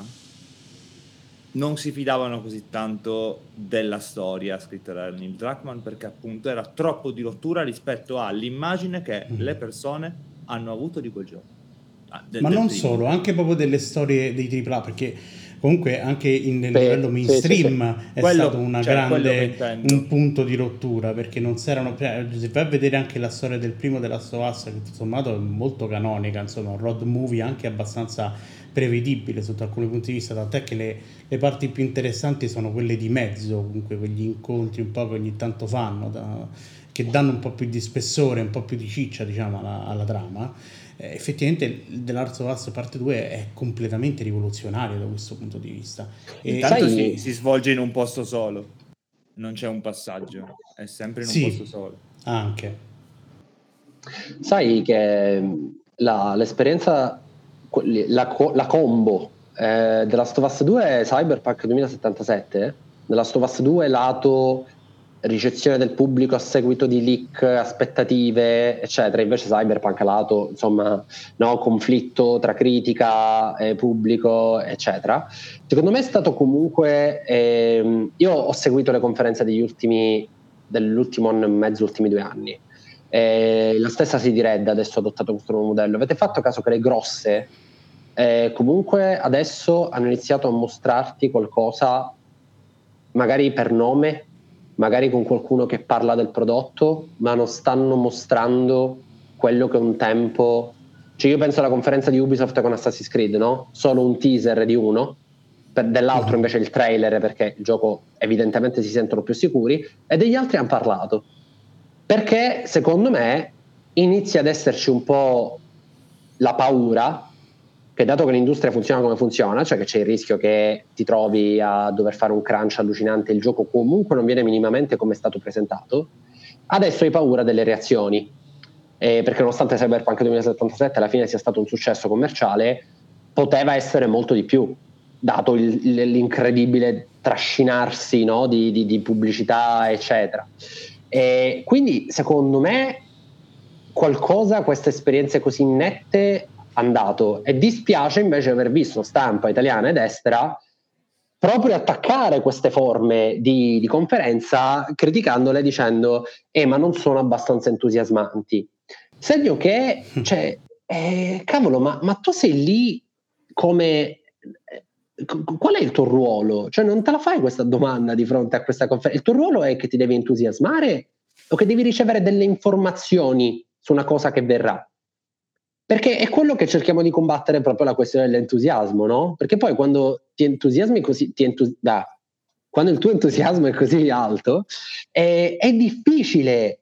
non si fidavano così tanto della storia scritta da Neil Druckmann, perché appunto era troppo di rottura rispetto all'immagine che mm. le persone hanno avuto di quel gioco. Ah, del, Ma del non primo. Solo, anche proprio delle storie dei tripla A, perché comunque anche in, nel Beh, livello mainstream sì, sì, sì. è quello, stato una cioè, grande un punto di rottura, perché non si erano, se vai a vedere anche la storia del primo della Last of Us, che tutto sommato è molto canonica, insomma un road movie anche abbastanza prevedibile sotto alcuni punti di vista, tant'è che le, le parti più interessanti sono quelle di mezzo, comunque quegli incontri un po' che ogni tanto fanno, da, che danno un po' più di spessore, un po' più di ciccia, diciamo, alla, alla trama. Eh, effettivamente The Last of Us parte due è completamente rivoluzionario da questo punto di vista. E intanto sai... si, si svolge in un posto solo, non c'è un passaggio, è sempre in un sì, posto solo. Anche. Sai che la, l'esperienza, la, la combo eh, The Last of Us due Cyberpunk duemilasettantasette, The Last of Us due lato ricezione del pubblico a seguito di leak, aspettative eccetera, invece Cyberpunk lato insomma no, conflitto tra critica e pubblico eccetera, secondo me è stato comunque ehm, io ho seguito le conferenze degli ultimi dell'ultimo anno e mezzo, ultimi due anni, eh, la stessa C D Red adesso ha adottato questo nuovo modello. Avete fatto caso che le grosse eh, comunque adesso hanno iniziato a mostrarti qualcosa magari per nome, magari con qualcuno che parla del prodotto, ma non stanno mostrando quello che un tempo, cioè io penso alla conferenza di Ubisoft con Assassin's Creed, no? Solo un teaser di uno, per dell'altro invece il trailer, perché il gioco evidentemente si sentono più sicuri, e degli altri hanno parlato, perché secondo me inizia ad esserci un po' la paura che, dato che l'industria funziona come funziona, cioè che c'è il rischio che ti trovi a dover fare un crunch allucinante, il gioco comunque non viene minimamente come è stato presentato, adesso hai paura delle reazioni, eh, perché nonostante Cyberpunk duemilasettantasette alla fine sia stato un successo commerciale, poteva essere molto di più, dato il, l'incredibile trascinarsi, no, di, di, di pubblicità eccetera. E quindi secondo me qualcosa, queste esperienze così nette andato, e dispiace invece aver visto stampa italiana ed estera proprio attaccare queste forme di, di conferenza, criticandole dicendo eh ma non sono abbastanza entusiasmanti, segno che cioè, eh, cavolo ma, ma tu sei lì come qual è il tuo ruolo? Cioè non te la fai questa domanda di fronte a questa conferenza? Il tuo ruolo è che ti devi entusiasmare o che devi ricevere delle informazioni su una cosa che verrà? Perché è quello che cerchiamo di combattere, proprio la questione dell'entusiasmo, no? Perché poi quando ti entusiasmi così, ti entus- da, quando il tuo entusiasmo è così alto, è, è difficile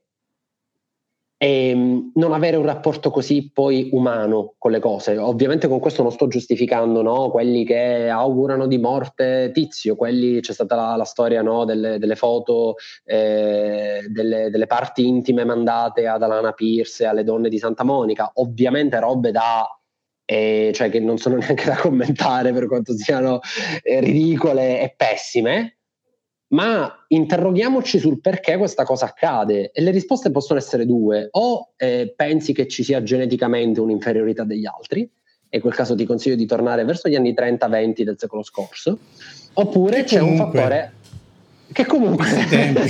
ehm, non avere un rapporto così poi umano con le cose. Ovviamente con questo non sto giustificando, no? Quelli che augurano di morte Tizio, quelli, c'è stata la, la storia, no? delle, delle foto, eh, delle, delle parti intime mandate ad Alana Pierce e alle donne di Santa Monica, ovviamente robe da eh, cioè che non sono neanche da commentare per quanto siano eh, ridicole e pessime, ma interroghiamoci sul perché questa cosa accade, e le risposte possono essere due: o eh, pensi che ci sia geneticamente un'inferiorità degli altri, e in quel caso ti consiglio di tornare verso gli anni trenta venti del secolo scorso, oppure Che c'è un comunque- fattore che comunque Di sti tempi.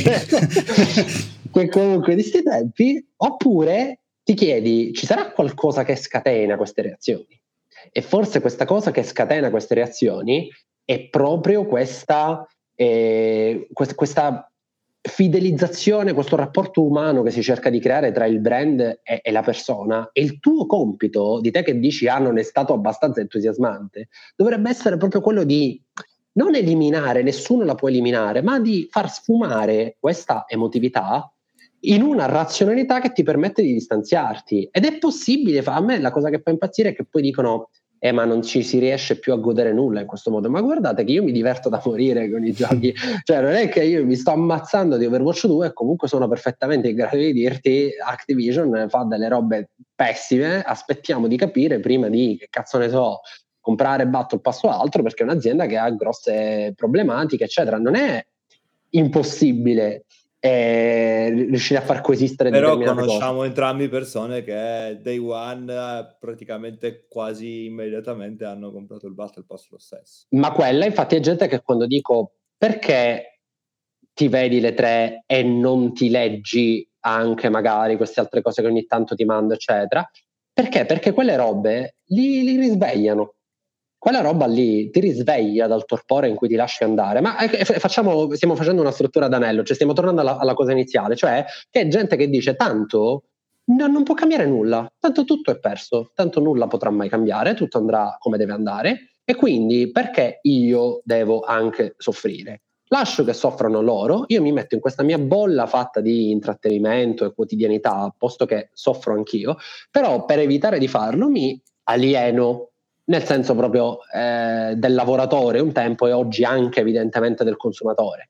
che comunque di sti tempi, oppure ti chiedi: ci sarà qualcosa che scatena queste reazioni? E forse questa cosa che scatena queste reazioni è proprio questa eh, quest- questa fidelizzazione, questo rapporto umano che si cerca di creare tra il brand e, e la persona. E il tuo compito, di te che dici ah non è stato abbastanza entusiasmante, dovrebbe essere proprio quello di non eliminare, nessuno la può eliminare, ma di far sfumare questa emotività in una razionalità che ti permette di distanziarti. Ed è possibile, a me la cosa che fa impazzire è che poi dicono eh ma non ci si riesce più a godere nulla in questo modo. Ma guardate che io mi diverto da morire con i giochi, cioè non è che io mi sto ammazzando di Overwatch due e comunque sono perfettamente in grado di dirti Activision fa delle robe pessime, aspettiamo di capire prima di, che cazzo ne so, comprare Battle Pass o altro, perché è un'azienda che ha grosse problematiche eccetera. Non è impossibile eh, riuscire a far coesistere Però determinate conosciamo cose. entrambi persone che day one eh, praticamente quasi immediatamente hanno comprato il Battle Pass lo stesso. Ma quella infatti è gente che quando dico perché ti vedi le tre e non ti leggi anche magari queste altre cose che ogni tanto ti mando eccetera, perché? Perché quelle robe li, li risvegliano. Quella roba lì ti risveglia dal torpore in cui ti lasci andare. Ma eh, facciamo, stiamo facendo una struttura d'anello, cioè stiamo tornando alla, alla cosa iniziale, cioè che è gente che dice tanto no, non può cambiare nulla, tanto tutto è perso, tanto nulla potrà mai cambiare, tutto andrà come deve andare, e quindi perché io devo anche soffrire? Lascio che soffrano loro, io mi metto in questa mia bolla fatta di intrattenimento e quotidianità, posto che soffro anch'io, però per evitare di farlo mi alieno, nel senso proprio eh, del lavoratore un tempo e oggi anche evidentemente del consumatore.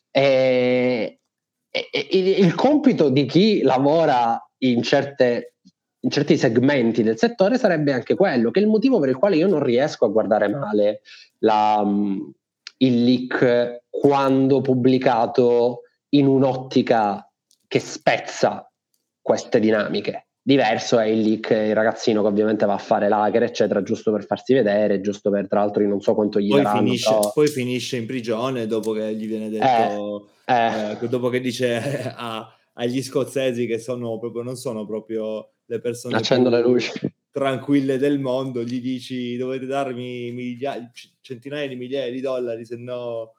E, e, e il compito di chi lavora in, certe, in certi segmenti del settore sarebbe anche quello, che è il motivo per il quale io non riesco a guardare male la, il leak quando pubblicato in un'ottica che spezza queste dinamiche. Diverso è il leak, il ragazzino che ovviamente va a fare l'hacker eccetera giusto per farsi vedere, giusto per, tra l'altro io non so quanto gli Poi daranno, finisce, però... poi finisce in prigione dopo che gli viene detto eh, eh. eh, dopo che dice a, agli scozzesi che sono proprio non sono proprio le persone Accendo più le luci. tranquille del mondo, gli dici dovete darmi migliaia, centinaia di migliaia di dollari, se no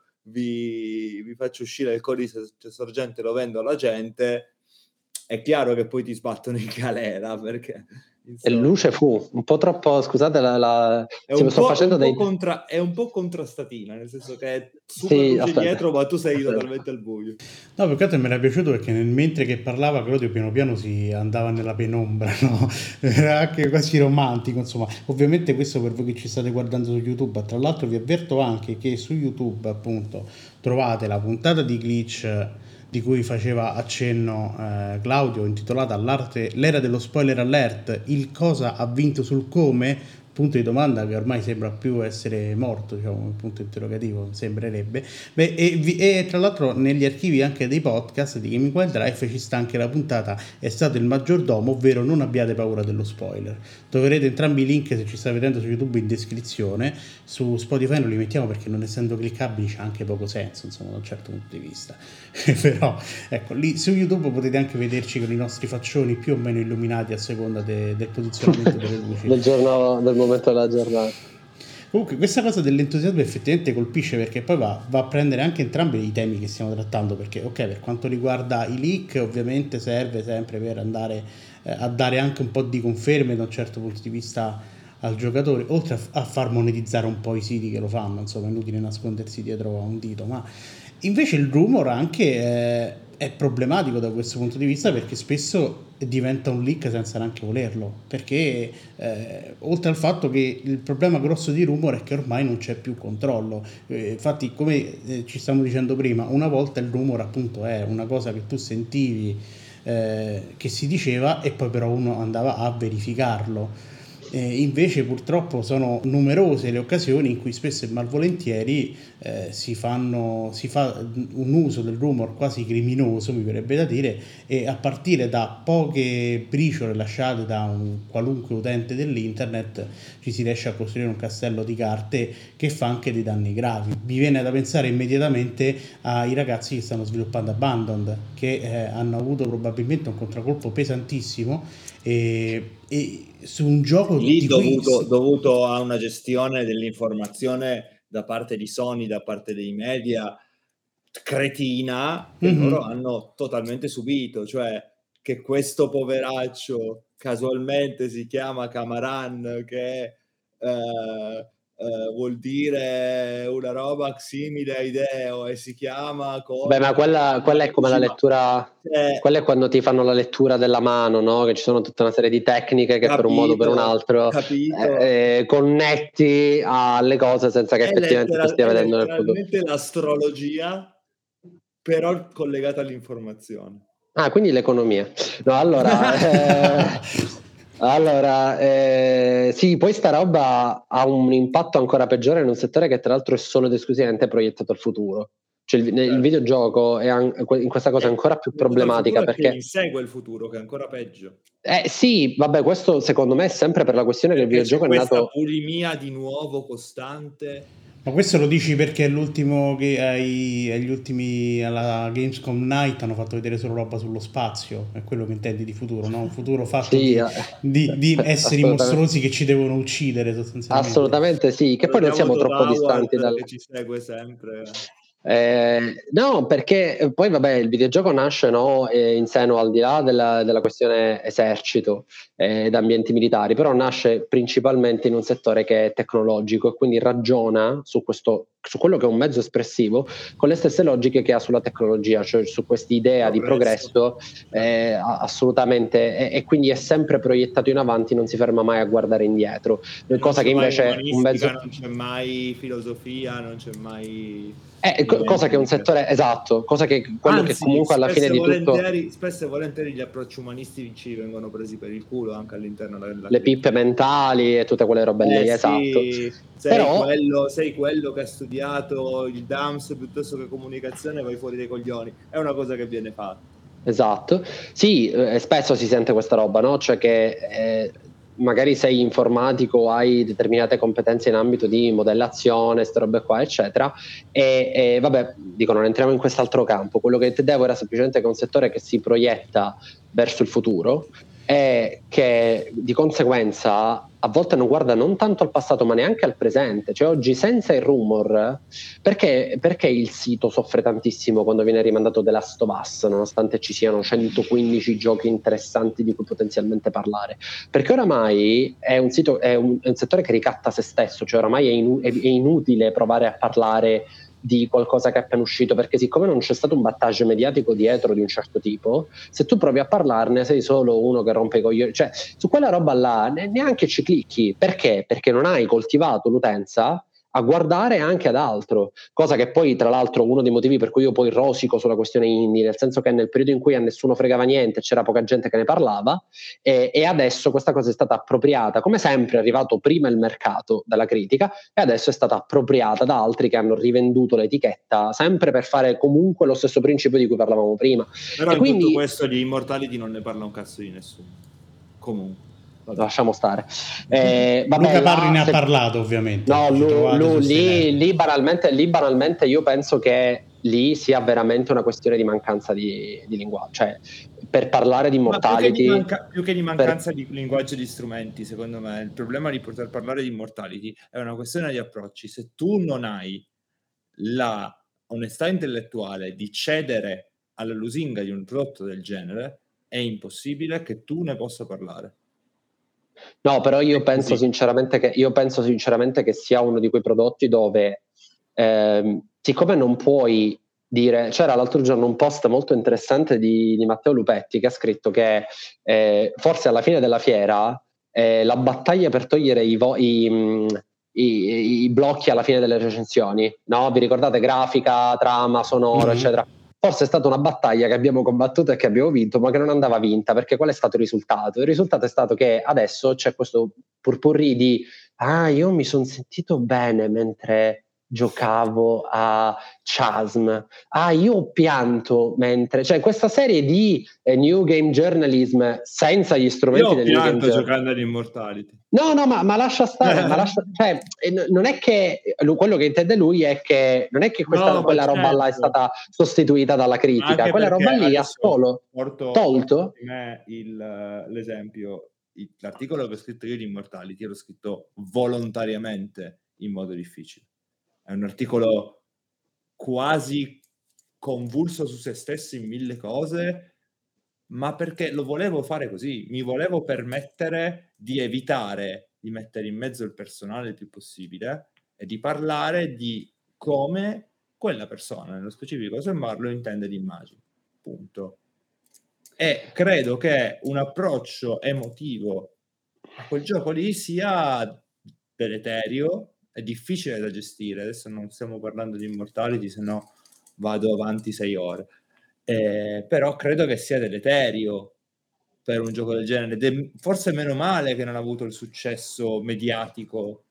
vi, vi faccio uscire il codice sorgente, lo vendo alla gente. È chiaro che poi ti sbattono in galera perché E luce fu un po' troppo, scusate, la, la... È, Sì, un sto po', facendo un po' dei... contra, è un po' contrastatina, nel senso che è super Sì, luce aspetta. dietro, ma tu sei Aspetta. totalmente al buio. No, perché a te mi era piaciuto perché nel mentre che parlava Claudio piano piano si andava nella penombra, no? Era anche quasi romantico, insomma. Ovviamente questo per voi che ci state guardando su YouTube. Tra l'altro vi avverto anche che su YouTube, appunto, trovate la puntata di Glitch di cui faceva accenno eh, Claudio, intitolata L'arte, l'era dello spoiler alert, il cosa ha vinto sul come, punto di domanda che ormai sembra più essere morto, diciamo, un punto interrogativo, sembrerebbe. Beh, e, vi, e tra l'altro negli archivi anche dei podcast di Gaming Wild Life ci sta anche la puntata È stato il maggiordomo, ovvero non abbiate paura dello spoiler. Troverete entrambi i link, se ci state vedendo su YouTube, in descrizione. Su Spotify non li mettiamo perché non essendo cliccabili c'ha anche poco senso, insomma, da un certo punto di vista. Però ecco, lì su YouTube potete anche vederci con i nostri faccioni più o meno illuminati a seconda de, del posizionamento delle luci del giorno, del momento della giornata. Comunque questa cosa dell'entusiasmo effettivamente colpisce, perché poi va, va a prendere anche entrambi i temi che stiamo trattando, perché ok, per quanto riguarda i leak ovviamente serve sempre per andare eh, a dare anche un po' di conferme da un certo punto di vista al giocatore, oltre a, a far monetizzare un po' i siti che lo fanno, insomma è inutile nascondersi dietro a un dito, ma invece il rumor anche eh, è problematico da questo punto di vista, perché spesso diventa un leak senza neanche volerlo, perché eh, oltre al fatto che il problema grosso di rumor è che ormai non c'è più controllo, eh, infatti come eh, ci stiamo dicendo prima, una volta il rumor appunto è una cosa che tu sentivi eh, che si diceva e poi però uno andava a verificarlo. Eh, invece purtroppo sono numerose le occasioni in cui spesso e malvolentieri eh, si fanno si fa un uso del rumor quasi criminoso, mi verrebbe da dire, e a partire da poche briciole lasciate da un qualunque utente dell'internet ci si riesce a costruire un castello di carte che fa anche dei danni gravi. Mi viene da pensare immediatamente ai ragazzi che stanno sviluppando Abandoned, che eh, hanno avuto probabilmente un contraccolpo pesantissimo e, e su un gioco lì di dovuto, cui... dovuto a una gestione dell'informazione da parte di Sony, da parte dei media cretina, che mm-hmm. loro hanno totalmente subito, cioè che questo poveraccio casualmente si chiama Camaran, che eh, eh, vuol dire una roba simile a Ideo e si chiama con... Beh, ma quella, quella è come la lettura, eh, quella è quando ti fanno la lettura della mano, no? Che ci sono tutta una serie di tecniche che capito, per un modo o per un altro eh, connetti alle cose senza che è effettivamente letteral- tu stia vedendo nel futuro. È letteralmente l'astrologia, però collegata all'informazione. Ah, quindi l'economia. No, allora... eh, Allora, eh, sì, poi sta roba ha un impatto ancora peggiore in un settore che tra l'altro è solo ed esclusivamente proiettato al futuro. Cioè il, il certo. videogioco è an- in questa cosa è ancora più problematica perché insegue il futuro, che è ancora peggio. Eh sì, vabbè, questo secondo me è sempre per la questione perché che il videogioco c'è è nato... questa bulimia di nuovo costante. Ma questo lo dici perché è l'ultimo che ai, agli ultimi alla Gamescom Night hanno fatto vedere solo roba sullo spazio, è quello che intendi di futuro, no? Un futuro fatto Sì, di, eh, di, di esseri mostruosi che ci devono uccidere sostanzialmente. Assolutamente sì, che poi non siamo troppo distanti dal... che ci segue sempre. Eh, no, perché poi vabbè il videogioco nasce no, eh, in seno al di là della, della questione esercito ed eh, ambienti militari, però nasce principalmente in un settore che è tecnologico e quindi ragiona su, questo, su quello che è un mezzo espressivo con le stesse logiche che ha sulla tecnologia, cioè su quest'idea di progresso eh, assolutamente e, e quindi è sempre proiettato in avanti, non si ferma mai a guardare indietro, cosa che invece un mezzo... non c'è mai filosofia, non c'è mai... Eh, cosa che è un settore esatto, cosa che quello Anzi, che comunque alla fine di tutto spesso e volentieri gli approcci umanistici vengono presi per il culo anche all'interno della le pippe mentali e tutte quelle robe lì, eh, esatto. Sì. Sei, Però... quello, sei quello che ha studiato il D A M S piuttosto che comunicazione, vai fuori dai coglioni, è una cosa che viene fatta. Esatto, sì, eh, spesso si sente questa roba, no? Cioè che eh, magari sei informatico, hai determinate competenze in ambito di modellazione, queste robe qua, eccetera, e, e vabbè, dico, non entriamo in quest'altro campo. Quello che intendevo era semplicemente che è un settore che si proietta verso il futuro e che di conseguenza a volte non guarda non tanto al passato ma neanche al presente. Cioè oggi senza il rumor, perché, perché il sito soffre tantissimo quando viene rimandato The Last of Us nonostante ci siano centoquindici giochi interessanti di cui potenzialmente parlare? Perché oramai è un sito, è un, è un settore che ricatta se stesso, cioè oramai è, inu- è, è inutile provare a parlare di qualcosa che è appena uscito, perché siccome non c'è stato un battage mediatico dietro di un certo tipo, se tu provi a parlarne sei solo uno che rompe i coglioni, cioè su quella roba là neanche ci clicchi. Perché? Perché non hai coltivato l'utenza a guardare anche ad altro, cosa che poi tra l'altro uno dei motivi per cui io poi rosico sulla questione indie, nel senso che nel periodo in cui a nessuno fregava niente c'era poca gente che ne parlava e, e adesso questa cosa è stata appropriata, come sempre è arrivato prima il mercato dalla critica e adesso è stata appropriata da altri che hanno rivenduto l'etichetta sempre per fare comunque lo stesso principio di cui parlavamo prima. Però e in quindi tutto questo di Immortality non ne parla un cazzo di nessuno comunque. Vabbè. Lasciamo stare. Eh, vabbè, Luca Parri là, ne ha se... parlato ovviamente. No, lui, lui, lì, lì, banalmente, lì banalmente io penso che lì sia veramente una questione di mancanza di, di linguaggio. Cioè, per parlare di Immortality... Più che di, manca- più che di mancanza per... di linguaggio e di strumenti, secondo me, il problema di poter parlare di Immortality è una questione di approcci. Se tu non hai la onestà intellettuale di cedere alla lusinga di un prodotto del genere, è impossibile che tu ne possa parlare. No, però io penso, sinceramente che, io penso sinceramente che sia uno di quei prodotti dove, ehm, siccome non puoi dire, c'era l'altro giorno un post molto interessante di, di Matteo Lupetti che ha scritto che eh, forse alla fine della fiera eh, la battaglia per togliere i, vo- i, i, i blocchi alla fine delle recensioni, no? Vi ricordate grafica, trama, sonoro, mm-hmm. eccetera? Forse è stata una battaglia che abbiamo combattuto e che abbiamo vinto, ma che non andava vinta, perché qual è stato il risultato? Il risultato è stato che adesso c'è questo purpurri di ah, io mi sono sentito bene mentre giocavo a Chasm, ah, io ho pianto mentre, cioè questa serie di eh, New Game Journalism senza gli strumenti Io ho del New Game pianto Journalism. giocando ad Immortality. No, no, ma, ma lascia stare, ma lascia, cioè, non è che quello che intende lui è che non è che questa, No, quella ma roba là è certo. stata sostituita dalla critica, Anche quella perché roba lì ha adesso solo porto, tolto. porto di me il, l'esempio, il- l'articolo che ho scritto io di Immortality l'ho scritto volontariamente in modo difficile. È un articolo quasi convulso su se stesso in mille cose, ma perché lo volevo fare così, mi volevo permettere di evitare di mettere in mezzo il personale il più possibile e di parlare di come quella persona, nello specifico Semmarlo, intende l'immagine, punto. E credo che un approccio emotivo a quel gioco lì sia deleterio, è difficile da gestire. Adesso non stiamo parlando di Immortality, se no vado avanti sei ore. Eh, però credo che sia deleterio per un gioco del genere. De- forse meno male che non ha avuto il successo mediatico.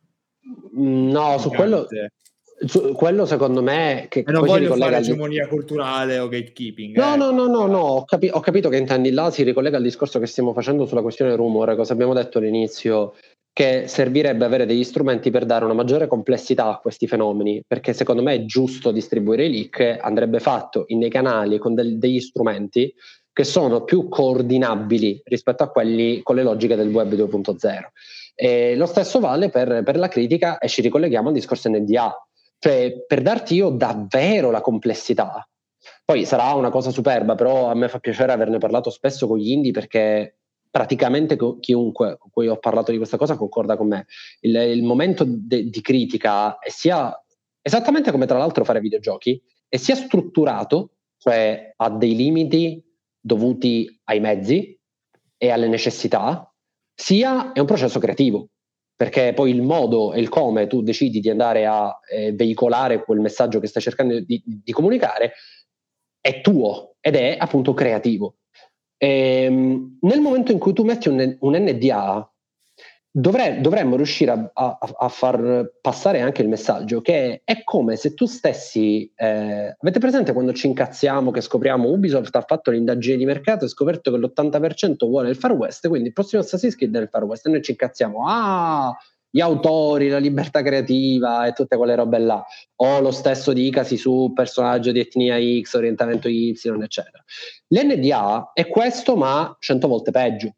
No, su quello, su quello secondo me che e non poi si voglio ricollega fare al... egemonia culturale o gatekeeping. No, eh. no, no, no, no, ho, capi- ho capito che intendi là, si ricollega al discorso che stiamo facendo sulla questione rumore, cosa abbiamo detto all'inizio, che servirebbe avere degli strumenti per dare una maggiore complessità a questi fenomeni, perché secondo me è giusto distribuire i leak, andrebbe fatto in dei canali con del- degli strumenti che sono più coordinabili rispetto a quelli con le logiche del web due punto zero. E lo stesso vale per, per la critica e ci ricolleghiamo al discorso N D A, cioè per darti io davvero la complessità. Poi sarà una cosa superba, però a me fa piacere averne parlato spesso con gli indie perché praticamente chiunque con cui ho parlato di questa cosa concorda con me. Il, il momento de, di critica è sia esattamente come tra l'altro fare videogiochi, è sia strutturato, cioè ha dei limiti dovuti ai mezzi e alle necessità, sia è un processo creativo, perché poi il modo e il come tu decidi di andare a eh, veicolare quel messaggio che stai cercando di, di comunicare è tuo ed è appunto creativo. Ehm, nel momento in cui tu metti un, un N D A, dovre, dovremmo riuscire a, a, a far passare anche il messaggio che è come se tu stessi... Eh, avete presente quando ci incazziamo che scopriamo Ubisoft ha fatto l'indagine di mercato e ha scoperto che l'ottanta per cento vuole il Far West, quindi il prossimo Assassin's Creed è il Far West e noi ci incazziamo. Ah, gli autori, la libertà creativa e tutte quelle robe là, o lo stesso dicasi su personaggio di etnia X, orientamento Y, eccetera. L'N D A è questo, ma cento volte peggio,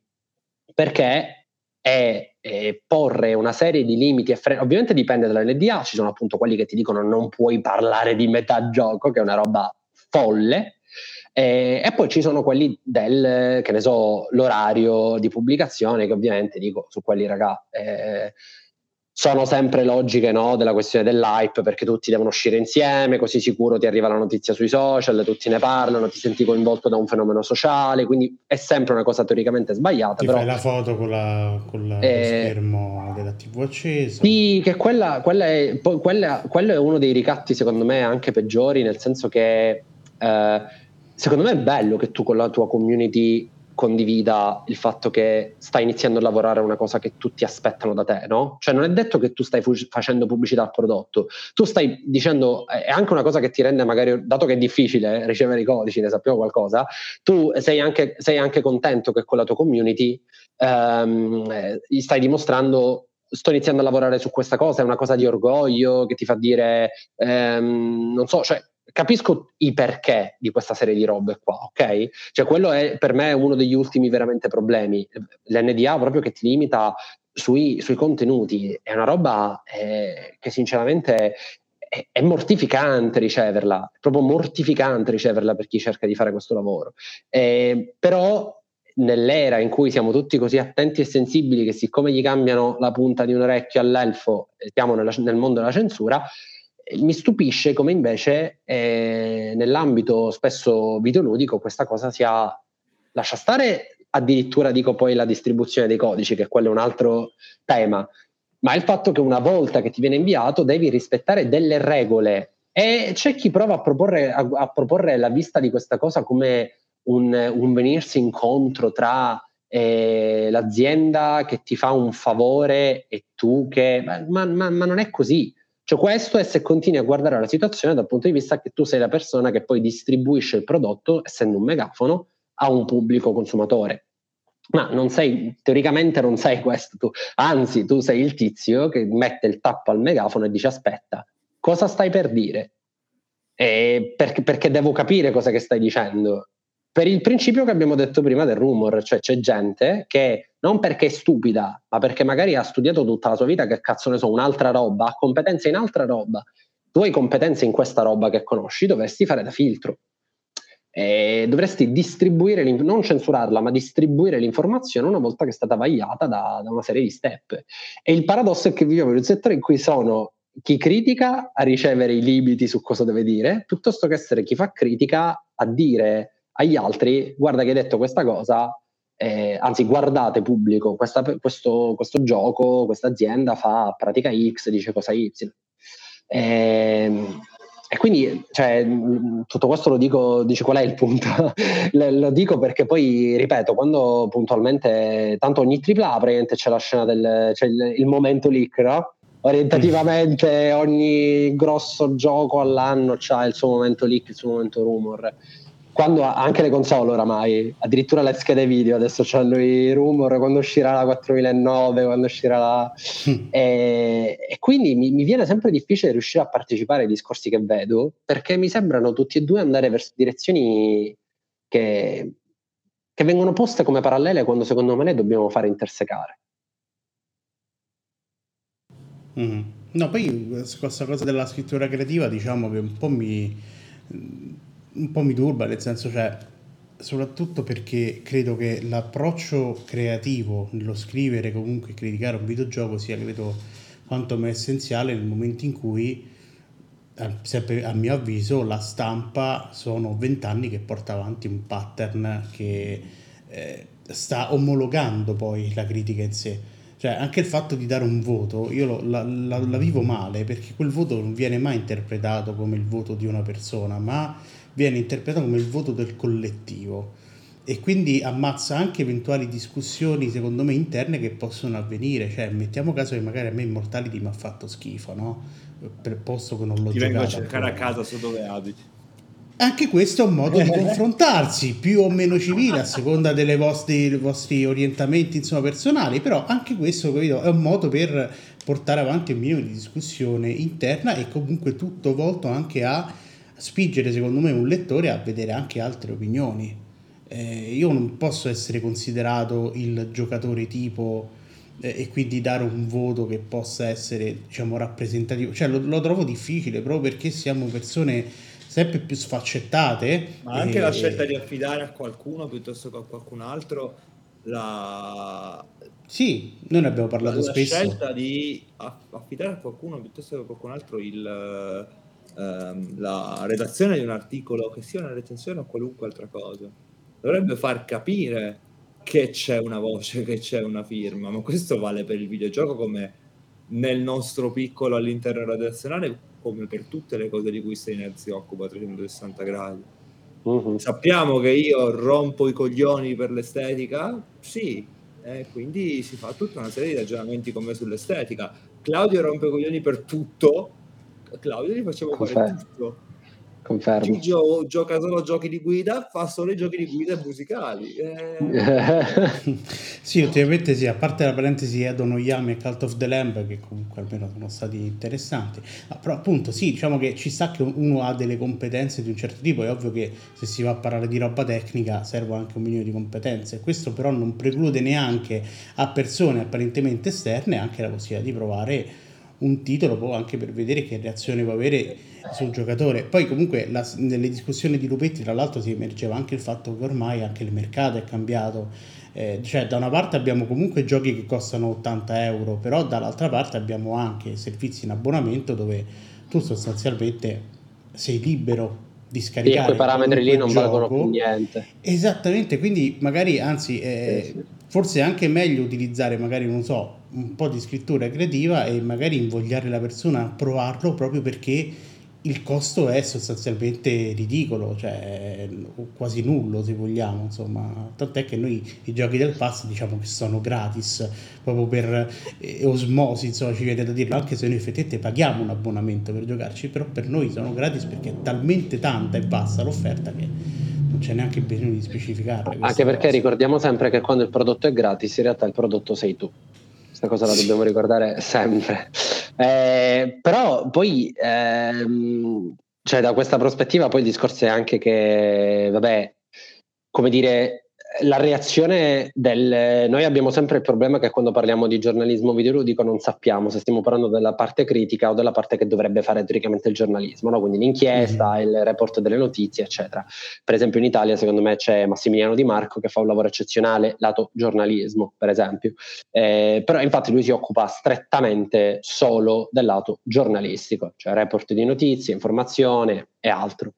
perché è, è porre una serie di limiti e freni. Ovviamente dipende dall'N D A, ci sono appunto quelli che ti dicono non puoi parlare di metà gioco, che è una roba folle. E, e poi ci sono quelli del, che ne so, l'orario di pubblicazione, che ovviamente dico su quelli, raga, eh, sono sempre logiche, no, della questione dell'hype, perché tutti devono uscire insieme, così sicuro ti arriva la notizia sui social, tutti ne parlano, ti senti coinvolto da un fenomeno sociale, quindi è sempre una cosa teoricamente sbagliata. Ti però, fai la foto con, la, con la, eh, lo schermo della tivù accesa. Sì, che quella, quella è, poi quella, quello è uno dei ricatti secondo me anche peggiori, nel senso che eh, secondo me è bello che tu con la tua community condivida il fatto che stai iniziando a lavorare a una cosa che tutti aspettano da te, no? Cioè non è detto che tu stai fu- facendo pubblicità al prodotto, tu stai dicendo, è anche una cosa che ti rende magari, dato che è difficile eh, ricevere i codici, ne sappiamo qualcosa, tu sei anche, sei anche contento che con la tua community ehm, eh, gli stai dimostrando sto iniziando a lavorare su questa cosa, è una cosa di orgoglio che ti fa dire, ehm, non so, cioè capisco i perché di questa serie di robe qua, ok? Cioè quello è per me uno degli ultimi veramente problemi, l'N D A proprio che ti limita sui, sui contenuti, è una roba eh, che sinceramente è, è mortificante riceverla, è proprio mortificante riceverla per chi cerca di fare questo lavoro, eh, però nell'era in cui siamo tutti così attenti e sensibili che siccome gli cambiano la punta di un orecchio all'elfo siamo nella, nel mondo della censura, eh, mi stupisce come invece eh, nell'ambito spesso videoludico questa cosa sia, lascia stare addirittura dico poi la distribuzione dei codici, che quello è un altro tema, ma il fatto che una volta che ti viene inviato devi rispettare delle regole, e c'è chi prova a proporre, a, a proporre la vista di questa cosa come un, un venirsi incontro tra eh, l'azienda che ti fa un favore e tu che... Ma, ma, ma non è così. Cioè questo è se continui a guardare la situazione dal punto di vista che tu sei la persona che poi distribuisce il prodotto, essendo un megafono, a un pubblico consumatore. Ma non sei, teoricamente non sei questo tu, anzi tu sei il tizio che mette il tappo al megafono e dice aspetta, cosa stai per dire? E perché, perché devo capire cosa che stai dicendo. Per il principio che abbiamo detto prima del rumor, cioè c'è gente che non perché è stupida, ma perché magari ha studiato tutta la sua vita, che cazzo ne so, un'altra roba, ha competenze in altra roba. Tu hai competenze in questa roba che conosci, dovresti fare da filtro. E dovresti distribuire, non censurarla, ma distribuire l'informazione una volta che è stata vagliata da, da una serie di step. E il paradosso è che viviamo in un settore in cui sono chi critica a ricevere i limiti su cosa deve dire, piuttosto che essere chi fa critica a dire agli altri guarda che hai detto questa cosa, eh, anzi guardate pubblico, questa, questo, questo gioco, questa azienda fa pratica X, dice cosa Y. E, e quindi cioè, tutto questo lo dico, dice qual è il punto? Lo dico perché poi, ripeto, quando puntualmente, tanto ogni tripla A praticamente c'è la scena del, c'è il, il momento leak, no? Orientativamente ogni grosso gioco all'anno c'ha il suo momento leak, il suo momento rumor. Quando anche le console oramai, addirittura le schede video adesso c'hanno i rumor, quando uscirà la quattromilanove, quando uscirà la... e, e quindi mi, mi viene sempre difficile riuscire a partecipare ai discorsi che vedo, perché mi sembrano tutti e due andare verso direzioni che, che vengono poste come parallele quando secondo me le dobbiamo fare intersecare. Mm. No, poi questa cosa della scrittura creativa, diciamo che un po' mi un po' mi turba, nel senso, cioè, soprattutto perché credo che l'approccio creativo nello scrivere, comunque criticare un videogioco sia, credo, quanto mai essenziale nel momento in cui, sempre a mio avviso, la stampa sono vent'anni che porta avanti un pattern che eh, sta omologando poi la critica in sé. Cioè, anche il fatto di dare un voto, io lo, la, la, la vivo male, perché quel voto non viene mai interpretato come il voto di una persona, ma viene interpretato come il voto del collettivo. E quindi ammazza anche eventuali discussioni, secondo me, interne che possono avvenire. Cioè, mettiamo caso che magari a me Immortality mi ha fatto schifo, no? Per posto che non l'ho Ti giocato. vengo a cercare ancora. a casa su dove abiti. Anche questo è un modo di confrontarsi, più o meno civile, a seconda delle vostri, dei vostri orientamenti, insomma, personali, però anche questo, capito, è un modo per portare avanti un minimo di discussione interna e comunque tutto volto anche a spingere, secondo me, un lettore a vedere anche altre opinioni. Eh, io non posso essere considerato il giocatore tipo eh, e quindi dare un voto che possa essere, diciamo, rappresentativo. Cioè, lo, lo trovo difficile proprio perché siamo persone sempre più sfaccettate. Ma anche e... la scelta di affidare a qualcuno piuttosto che a qualcun altro la, Sì, noi ne abbiamo la, parlato la spesso. scelta di aff- affidare a qualcuno piuttosto che a qualcun altro il, ehm, la redazione di un articolo, che sia una recensione o qualunque altra cosa, dovrebbe far capire che c'è una voce, che c'è una firma, ma questo vale per il videogioco come nel nostro piccolo all'interno redazionale, come per tutte le cose di cui Steiner si occupa a trecentosessanta gradi. Uh-huh. Sappiamo che io rompo i coglioni per l'estetica, sì, eh, quindi si fa tutta una serie di ragionamenti come sull'estetica. Claudio rompe i coglioni per tutto, Claudio gli facciamo Confermo. fare tutto. Confermo. Gigio gioca solo giochi di guida, fa solo i giochi di guida musicali. Eh... sì, ultimamente sì, a parte la parentesi Edo Yami e Cult of the Lamb, che comunque almeno sono stati interessanti, ma però appunto sì, diciamo che ci sta che uno ha delle competenze di un certo tipo, è ovvio che se si va a parlare di roba tecnica serve anche un minimo di competenze, questo però non preclude neanche a persone apparentemente esterne anche la possibilità di provare un titolo anche per vedere che reazione può avere sul giocatore. Poi comunque la, nelle discussioni di Lupetti tra l'altro si emergeva anche il fatto che ormai anche il mercato è cambiato, eh, cioè da una parte abbiamo comunque giochi che costano ottanta euro, però dall'altra parte abbiamo anche servizi in abbonamento dove tu sostanzialmente sei libero di scaricare, sì, quei parametri lì non gioco. valgono più niente. Esattamente, quindi magari anzi eh, sì, sì. forse è anche meglio utilizzare magari non so un po' di scrittura creativa e magari invogliare la persona a provarlo proprio perché il costo è sostanzialmente ridicolo, cioè o quasi nullo se vogliamo, insomma, tant'è che noi i giochi del pass diciamo che sono gratis, proprio per eh, osmosi, insomma, ci viene da dirlo, anche se noi effettivamente paghiamo un abbonamento per giocarci, però per noi sono gratis perché è talmente tanta e bassa l'offerta che non c'è neanche bisogno di specificarle Anche queste perché cose. ricordiamo sempre che quando il prodotto è gratis, in realtà il prodotto sei tu. Questa cosa la dobbiamo ricordare sempre. Eh, però poi, ehm, cioè da questa prospettiva, poi il discorso è anche che, vabbè, come dire, la reazione del... Noi abbiamo sempre il problema che quando parliamo di giornalismo videoludico non sappiamo se stiamo parlando della parte critica o della parte che dovrebbe fare teoricamente il giornalismo, no? Quindi l'inchiesta, Mhm. il report delle notizie, eccetera. Per esempio in Italia secondo me c'è Massimiliano Di Marco che fa un lavoro eccezionale lato giornalismo, per esempio. Eh, però infatti lui si occupa strettamente solo del lato giornalistico, cioè report di notizie, informazione e altro.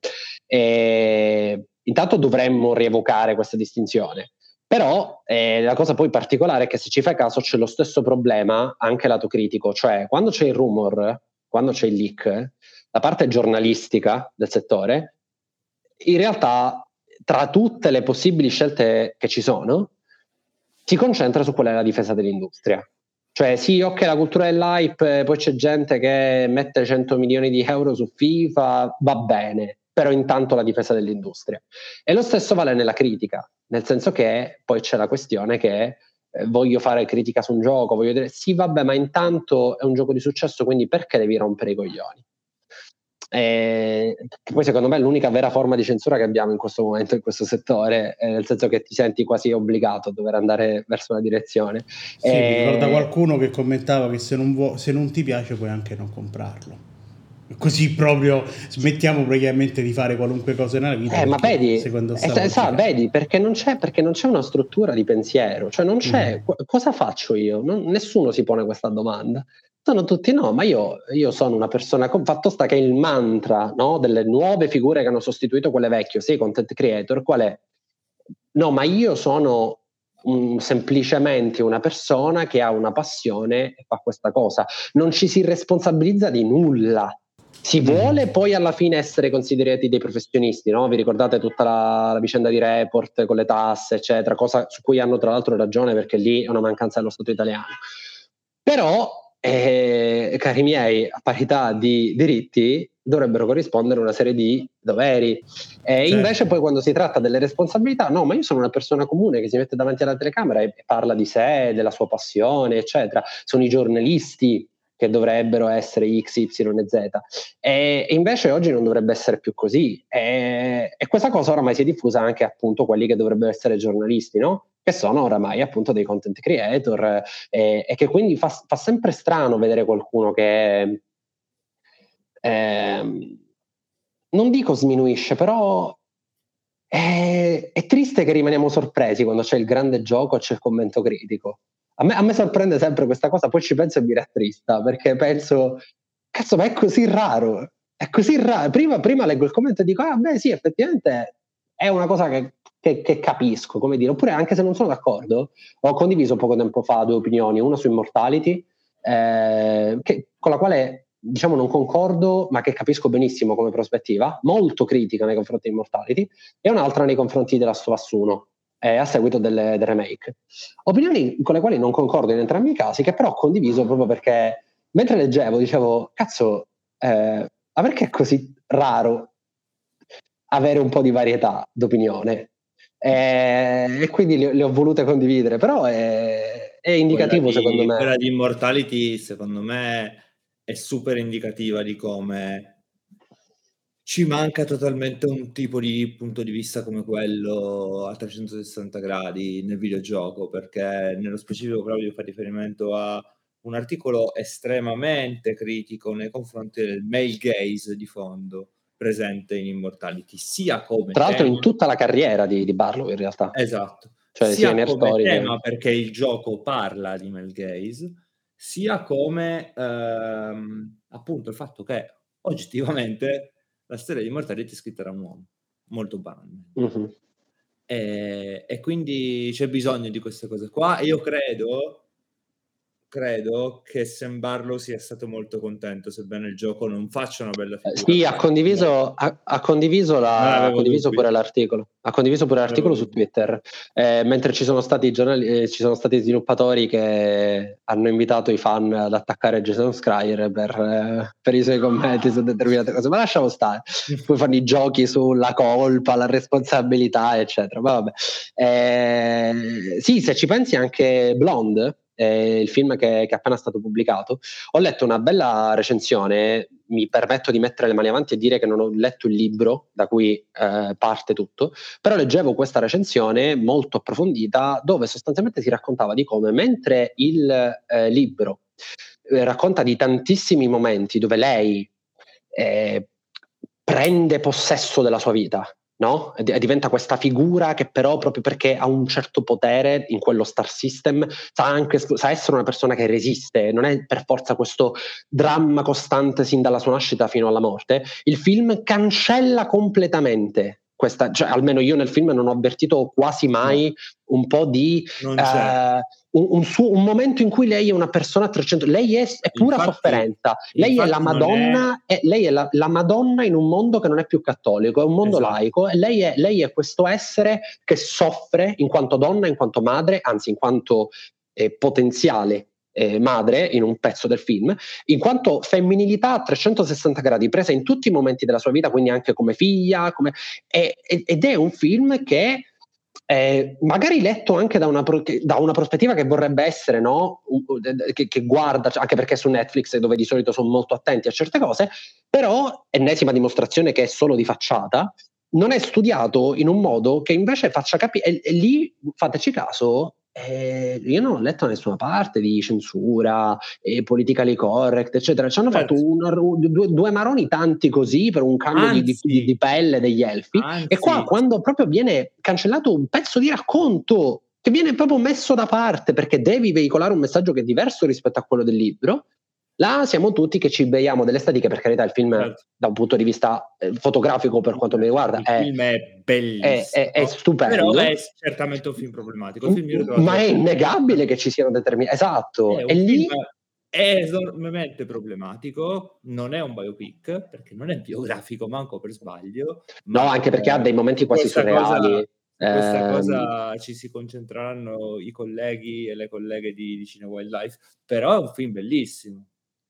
E intanto dovremmo rievocare questa distinzione. Però eh, la cosa poi particolare è che se ci fai caso c'è lo stesso problema anche lato critico, cioè quando c'è il rumor, quando c'è il leak, la parte giornalistica del settore, in realtà tra tutte le possibili scelte che ci sono, si concentra su qual è la difesa dell'industria. Cioè sì, ok, la cultura dell'hype, poi c'è gente che mette cento milioni di euro su FIFA, va bene, però intanto la difesa dell'industria. E lo stesso vale nella critica, nel senso che poi c'è la questione che eh, voglio fare critica su un gioco, voglio dire sì, vabbè, ma intanto è un gioco di successo, quindi perché devi rompere i coglioni? Eh, che poi secondo me è l'unica vera forma di censura che abbiamo in questo momento in questo settore, eh, nel senso che ti senti quasi obbligato a dover andare verso una direzione. Sì, mi ricorda Eh, qualcuno che commentava che se non, vuo- se non ti piace puoi anche non comprarlo. Così proprio smettiamo praticamente di fare qualunque cosa nella vita Eh, ma perché vedi, secondo eh, sta sa- sa, logica. vedi perché non c'è, perché non c'è una struttura di pensiero, cioè non c'è, Mhm. qu- cosa faccio io? Non- nessuno si pone questa domanda. Sono tutti no, ma io, io sono una persona, con- fatto sta che il mantra, no, delle nuove figure che hanno sostituito quelle vecchie, sì, content creator, qual è? No, ma io sono un- semplicemente una persona che ha una passione e fa questa cosa. Non ci si responsabilizza di nulla. Si Mhm. vuole poi alla fine essere considerati dei professionisti, no? Vi ricordate tutta la, la vicenda di Report con le tasse, eccetera, cosa su cui hanno tra l'altro ragione perché lì è una mancanza dello Stato italiano. Però, eh, cari miei, a parità di diritti dovrebbero corrispondere una serie di doveri. E invece Certo. poi quando si tratta delle responsabilità, no, ma io sono una persona comune che si mette davanti alla telecamera e parla di sé, della sua passione, eccetera. Sono i giornalisti che dovrebbero essere X, Y e Z. E invece oggi non dovrebbe essere più così. E, e questa cosa oramai si è diffusa anche appunto quelli che dovrebbero essere giornalisti, no? Che sono oramai appunto dei content creator e, e che quindi fa, fa sempre strano vedere qualcuno che ehm, non dico sminuisce, però è, è triste che rimaniamo sorpresi quando c'è il grande gioco e c'è il commento critico. A me, a me sorprende sempre questa cosa, poi ci penso e mi rattrista, perché penso, cazzo, ma è così raro, è così raro. Prima, prima leggo il commento e dico, ah beh sì, effettivamente è una cosa che, che, che capisco, come dire, oppure anche se non sono d'accordo, ho condiviso poco tempo fa due opinioni, una su Immortality, eh, che, con la quale diciamo non concordo, ma che capisco benissimo come prospettiva, molto critica nei confronti di Immortality, e un'altra nei confronti della Last of Us uno, eh, a seguito delle, del remake. Opinioni con le quali non concordo in entrambi i casi, che però ho condiviso proprio perché mentre leggevo dicevo, cazzo, eh, ma perché è così raro avere un po' di varietà d'opinione? Eh, e quindi le, le ho volute condividere, però è, è Quella indicativo secondo di, me. quella di Immortality, secondo me, è super indicativa di come ci manca totalmente un tipo di punto di vista come quello a trecentosessanta gradi nel videogioco, perché nello specifico proprio fa riferimento a un articolo estremamente critico nei confronti del male gaze di fondo presente in Immortality, sia come Tra l'altro tema, in tutta la carriera di, di Barlow in realtà, esatto, cioè sia sia in Her come Story tema che... perché il gioco parla di male gaze, sia come ehm, appunto il fatto che oggettivamente la storia di Immortality è scritta da un uomo, molto banalmente. Mhm. E, e quindi c'è bisogno di queste cose qua. E io credo credo che Sam Barlow sia stato molto contento, sebbene il gioco non faccia una bella figura. Sì, ha condiviso, ha, ha condiviso, la, ha condiviso pure l'articolo. Ha condiviso pure l'articolo su Twitter. Eh, mentre ci sono stati giornali, eh, ci sono stati sviluppatori che hanno invitato i fan ad attaccare Jason Schreier per, eh, per i suoi commenti su determinate cose. Ma lasciamo stare. Poi fanno i giochi sulla colpa, la responsabilità, eccetera. Ma vabbè. Eh, sì, se ci pensi anche Blonde, eh, il film che, che è appena stato pubblicato, ho letto una bella recensione, mi permetto di mettere le mani avanti e dire che non ho letto il libro da cui eh, parte tutto, però leggevo questa recensione molto approfondita dove sostanzialmente si raccontava di come mentre il eh, libro eh, racconta di tantissimi momenti dove lei eh, prende possesso della sua vita, no? E diventa questa figura che però proprio perché ha un certo potere in quello star system sa anche sa essere una persona che resiste, non è per forza questo dramma costante sin dalla sua nascita fino alla morte. Il film cancella completamente questa, cioè almeno io nel film non ho avvertito quasi mai no. un po' di non c'è. Uh, un, un, suo, un momento in cui lei è una persona a trecento, lei è, è pura infatti, sofferenza, lei è la Madonna, è... È, lei è la, la Madonna in un mondo che non è più cattolico, è un mondo esatto. laico, e lei è, lei è questo essere che soffre in quanto donna, in quanto madre, anzi in quanto eh, potenziale eh, madre in un pezzo del film, in quanto femminilità a trecentosessanta gradi presa in tutti i momenti della sua vita, quindi anche come figlia, come, è, ed è un film che Eh, magari letto anche da una, pro- da una prospettiva che vorrebbe essere, no? che, che guarda, anche perché su Netflix dove di solito sono molto attenti a certe cose, però ennesima dimostrazione che è solo di facciata, non è studiato in un modo che invece faccia capire, e, e lì fateci caso, eh, io non ho letto da nessuna parte di censura, eh, politically correct, eccetera. Ci hanno certo. fatto una, due, due maroni tanti così per un cambio anzi, di, di, di pelle degli elfi. Anzi. E qua quando proprio viene cancellato un pezzo di racconto che viene proprio messo da parte perché devi veicolare un messaggio che è diverso rispetto a quello del libro, là siamo tutti che ci beiamo delle statiche. Per carità, il film certo. da un punto di vista eh, fotografico, per quanto mi riguarda, il è, film è bellissimo, è, è, è stupendo, però è certamente un film problematico. Il film ma è innegabile che ci siano determinati, esatto, è e lì è enormemente problematico, non è un biopic perché non è biografico manco per sbaglio, no, anche perché ha dei momenti quasi surreali. Cosa, su questa cosa ci si concentreranno i colleghi e le colleghe di, di Cine Wildlife, però è un film bellissimo.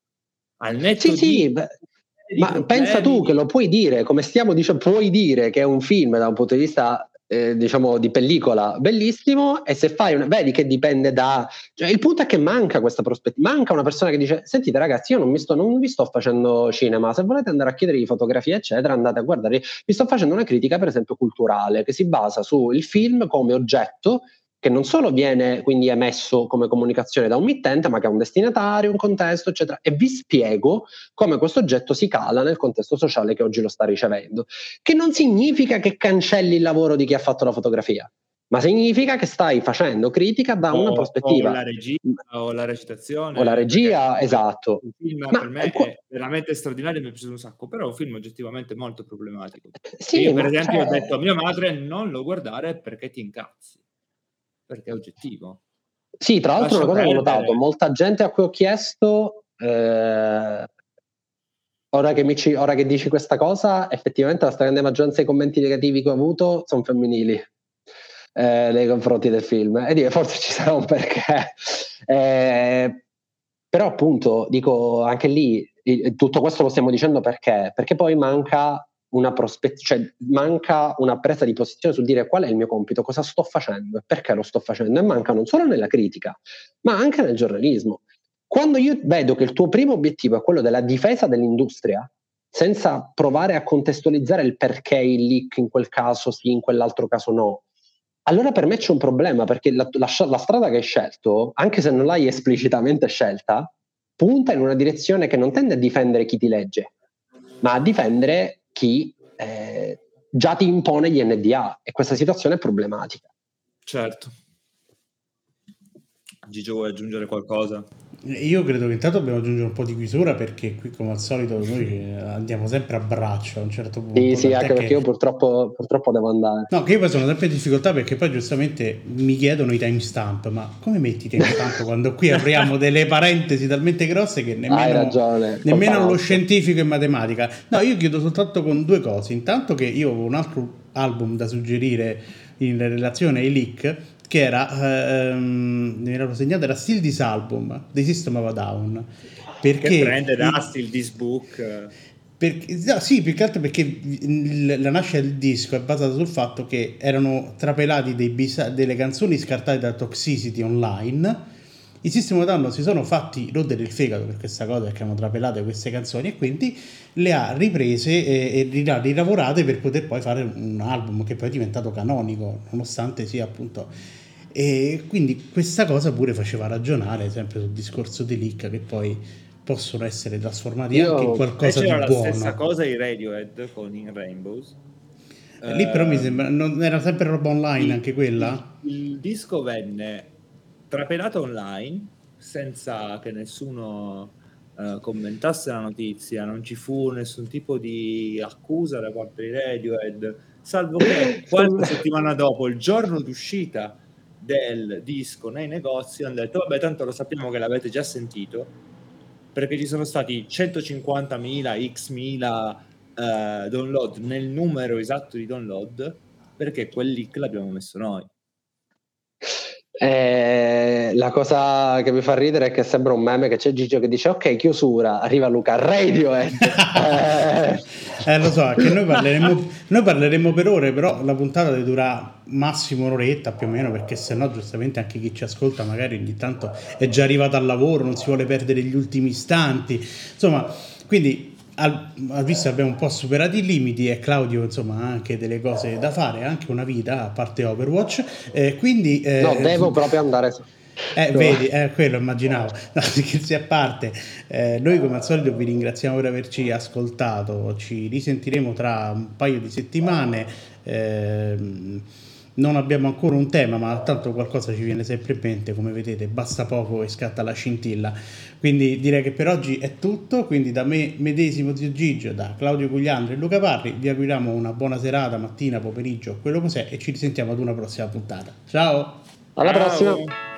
Al netto sì, di, sì, beh, di ma problemi... pensa tu che lo puoi dire, come stiamo dicendo, puoi dire che è un film da un punto di vista eh, diciamo di pellicola bellissimo, e se fai una, vedi che dipende da, cioè, il punto è che manca questa prospettiva, manca una persona che dice sentite ragazzi, io non mi sto non vi sto facendo cinema, se volete andare a chiedere di fotografia eccetera andate a guardare, vi sto facendo una critica per esempio culturale che si basa sul film come oggetto che non solo viene quindi emesso come comunicazione da un mittente, ma che ha un destinatario, un contesto, eccetera. E vi spiego come questo oggetto si cala nel contesto sociale che oggi lo sta ricevendo. Che non significa che cancelli il lavoro di chi ha fatto la fotografia, ma significa che stai facendo critica da o, una prospettiva. O la regia, o la recitazione. O la regia, esatto. Il film ma, per me qua... è veramente straordinario, mi è piaciuto un sacco, però è un film oggettivamente molto problematico. Sì, io per ma esempio cioè... ho detto a mia madre non lo guardare perché ti incazzi. Perché è oggettivo. Sì, tra l'altro una cosa che ho notato, molta gente a cui ho chiesto eh, ora, che mi ci, ora che dici questa cosa, effettivamente la stragrande maggioranza dei commenti negativi che ho avuto sono femminili eh, nei confronti del film, e dire forse ci sarà un perché eh, però appunto dico anche lì tutto questo lo stiamo dicendo perché perché poi manca una prospettiva, cioè manca una presa di posizione sul dire qual è il mio compito, cosa sto facendo e perché lo sto facendo, e manca non solo nella critica ma anche nel giornalismo. Quando io vedo che il tuo primo obiettivo è quello della difesa dell'industria senza provare a contestualizzare il perché il leak in quel caso sì, in quell'altro caso no, allora per me c'è un problema, perché la, la, la strada che hai scelto, anche se non l'hai esplicitamente scelta, punta in una direzione che non tende a difendere chi ti legge, ma a difendere chi eh, già ti impone gli N D A, e questa situazione è problematica. Certo. Gigio, vuoi aggiungere qualcosa? Io credo che intanto dobbiamo aggiungere un po' di chiusura, perché qui come al solito noi andiamo sempre a braccio a un certo punto. Sì, sì, tant'è anche perché che- io purtroppo, purtroppo devo andare. No, che io poi sono sempre in difficoltà, perché poi giustamente mi chiedono i timestamp, ma come metti i timestamp quando qui apriamo delle parentesi talmente grosse che Hai nemmeno, ragione. nemmeno colpa lo nostra. scientifico e matematica. No, io chiudo soltanto con due cose. Intanto che io avevo un altro album da suggerire in relazione ai leak, che era, ehm, mi ero segnato, era Still This Album, The System of a Down. Perché Che prende da i- Still This Book. eh, perché, no, sì, più che altro perché il- la nascita del disco è basata sul fatto che erano trapelati dei bisa- delle canzoni scartate da Toxicity online. I System of a Down si sono fatti rodere il fegato per questa cosa, perché hanno trapelate queste canzoni, e quindi le ha riprese e, e ri- rilavorate per poter poi fare un album che poi è diventato canonico, nonostante sia appunto... E quindi questa cosa pure faceva ragionare sempre sul discorso di leak, che poi possono essere trasformati Io- anche in E qualcosa di c'era la buono. stessa cosa i Radiohead con In Rainbows. Eh, Lì però mi Ehm, sembra, non era sempre roba online il- anche quella? Il, il disco venne trapelato online senza che nessuno eh, commentasse la notizia, non ci fu nessun tipo di accusa da parte di Radiohead, salvo che qualche settimana dopo, il giorno d'uscita del disco nei negozi, hanno detto vabbè, tanto lo sappiamo che l'avete già sentito, perché ci sono stati centocinquantamila x mila eh, download nel numero esatto di download, perché quel link l'abbiamo messo noi. Eh, la cosa che mi fa ridere è che sembra un meme, che c'è Gigio che dice ok, chiusura, arriva Luca, Radiohead. eh. Eh, lo so, è che noi parleremo, noi parleremo per ore, però la puntata deve durare massimo un'oretta più o meno, perché sennò giustamente anche chi ci ascolta magari ogni tanto è già arrivato al lavoro, non si vuole perdere gli ultimi istanti, insomma, quindi al, al visto che abbiamo un po' superato i limiti, e Claudio insomma ha anche delle cose da fare, anche una vita a parte Overwatch, eh, quindi... eh, No, devo proprio andare. Eh, No. vedi, è quello immaginavo. No, scherzi a parte, eh, noi come al solito vi ringraziamo per averci ascoltato, ci risentiremo tra un paio di settimane, ehm, non abbiamo ancora un tema, ma tanto qualcosa ci viene sempre in mente, come vedete basta poco e scatta la scintilla. Quindi direi che per oggi è tutto, quindi da me medesimo zio Gigio, da Claudio Gugliandro e Luca Parri vi auguriamo una buona serata, mattina, pomeriggio, quello cos'è, e ci risentiamo ad una prossima puntata. Ciao! Alla Ciao. prossima.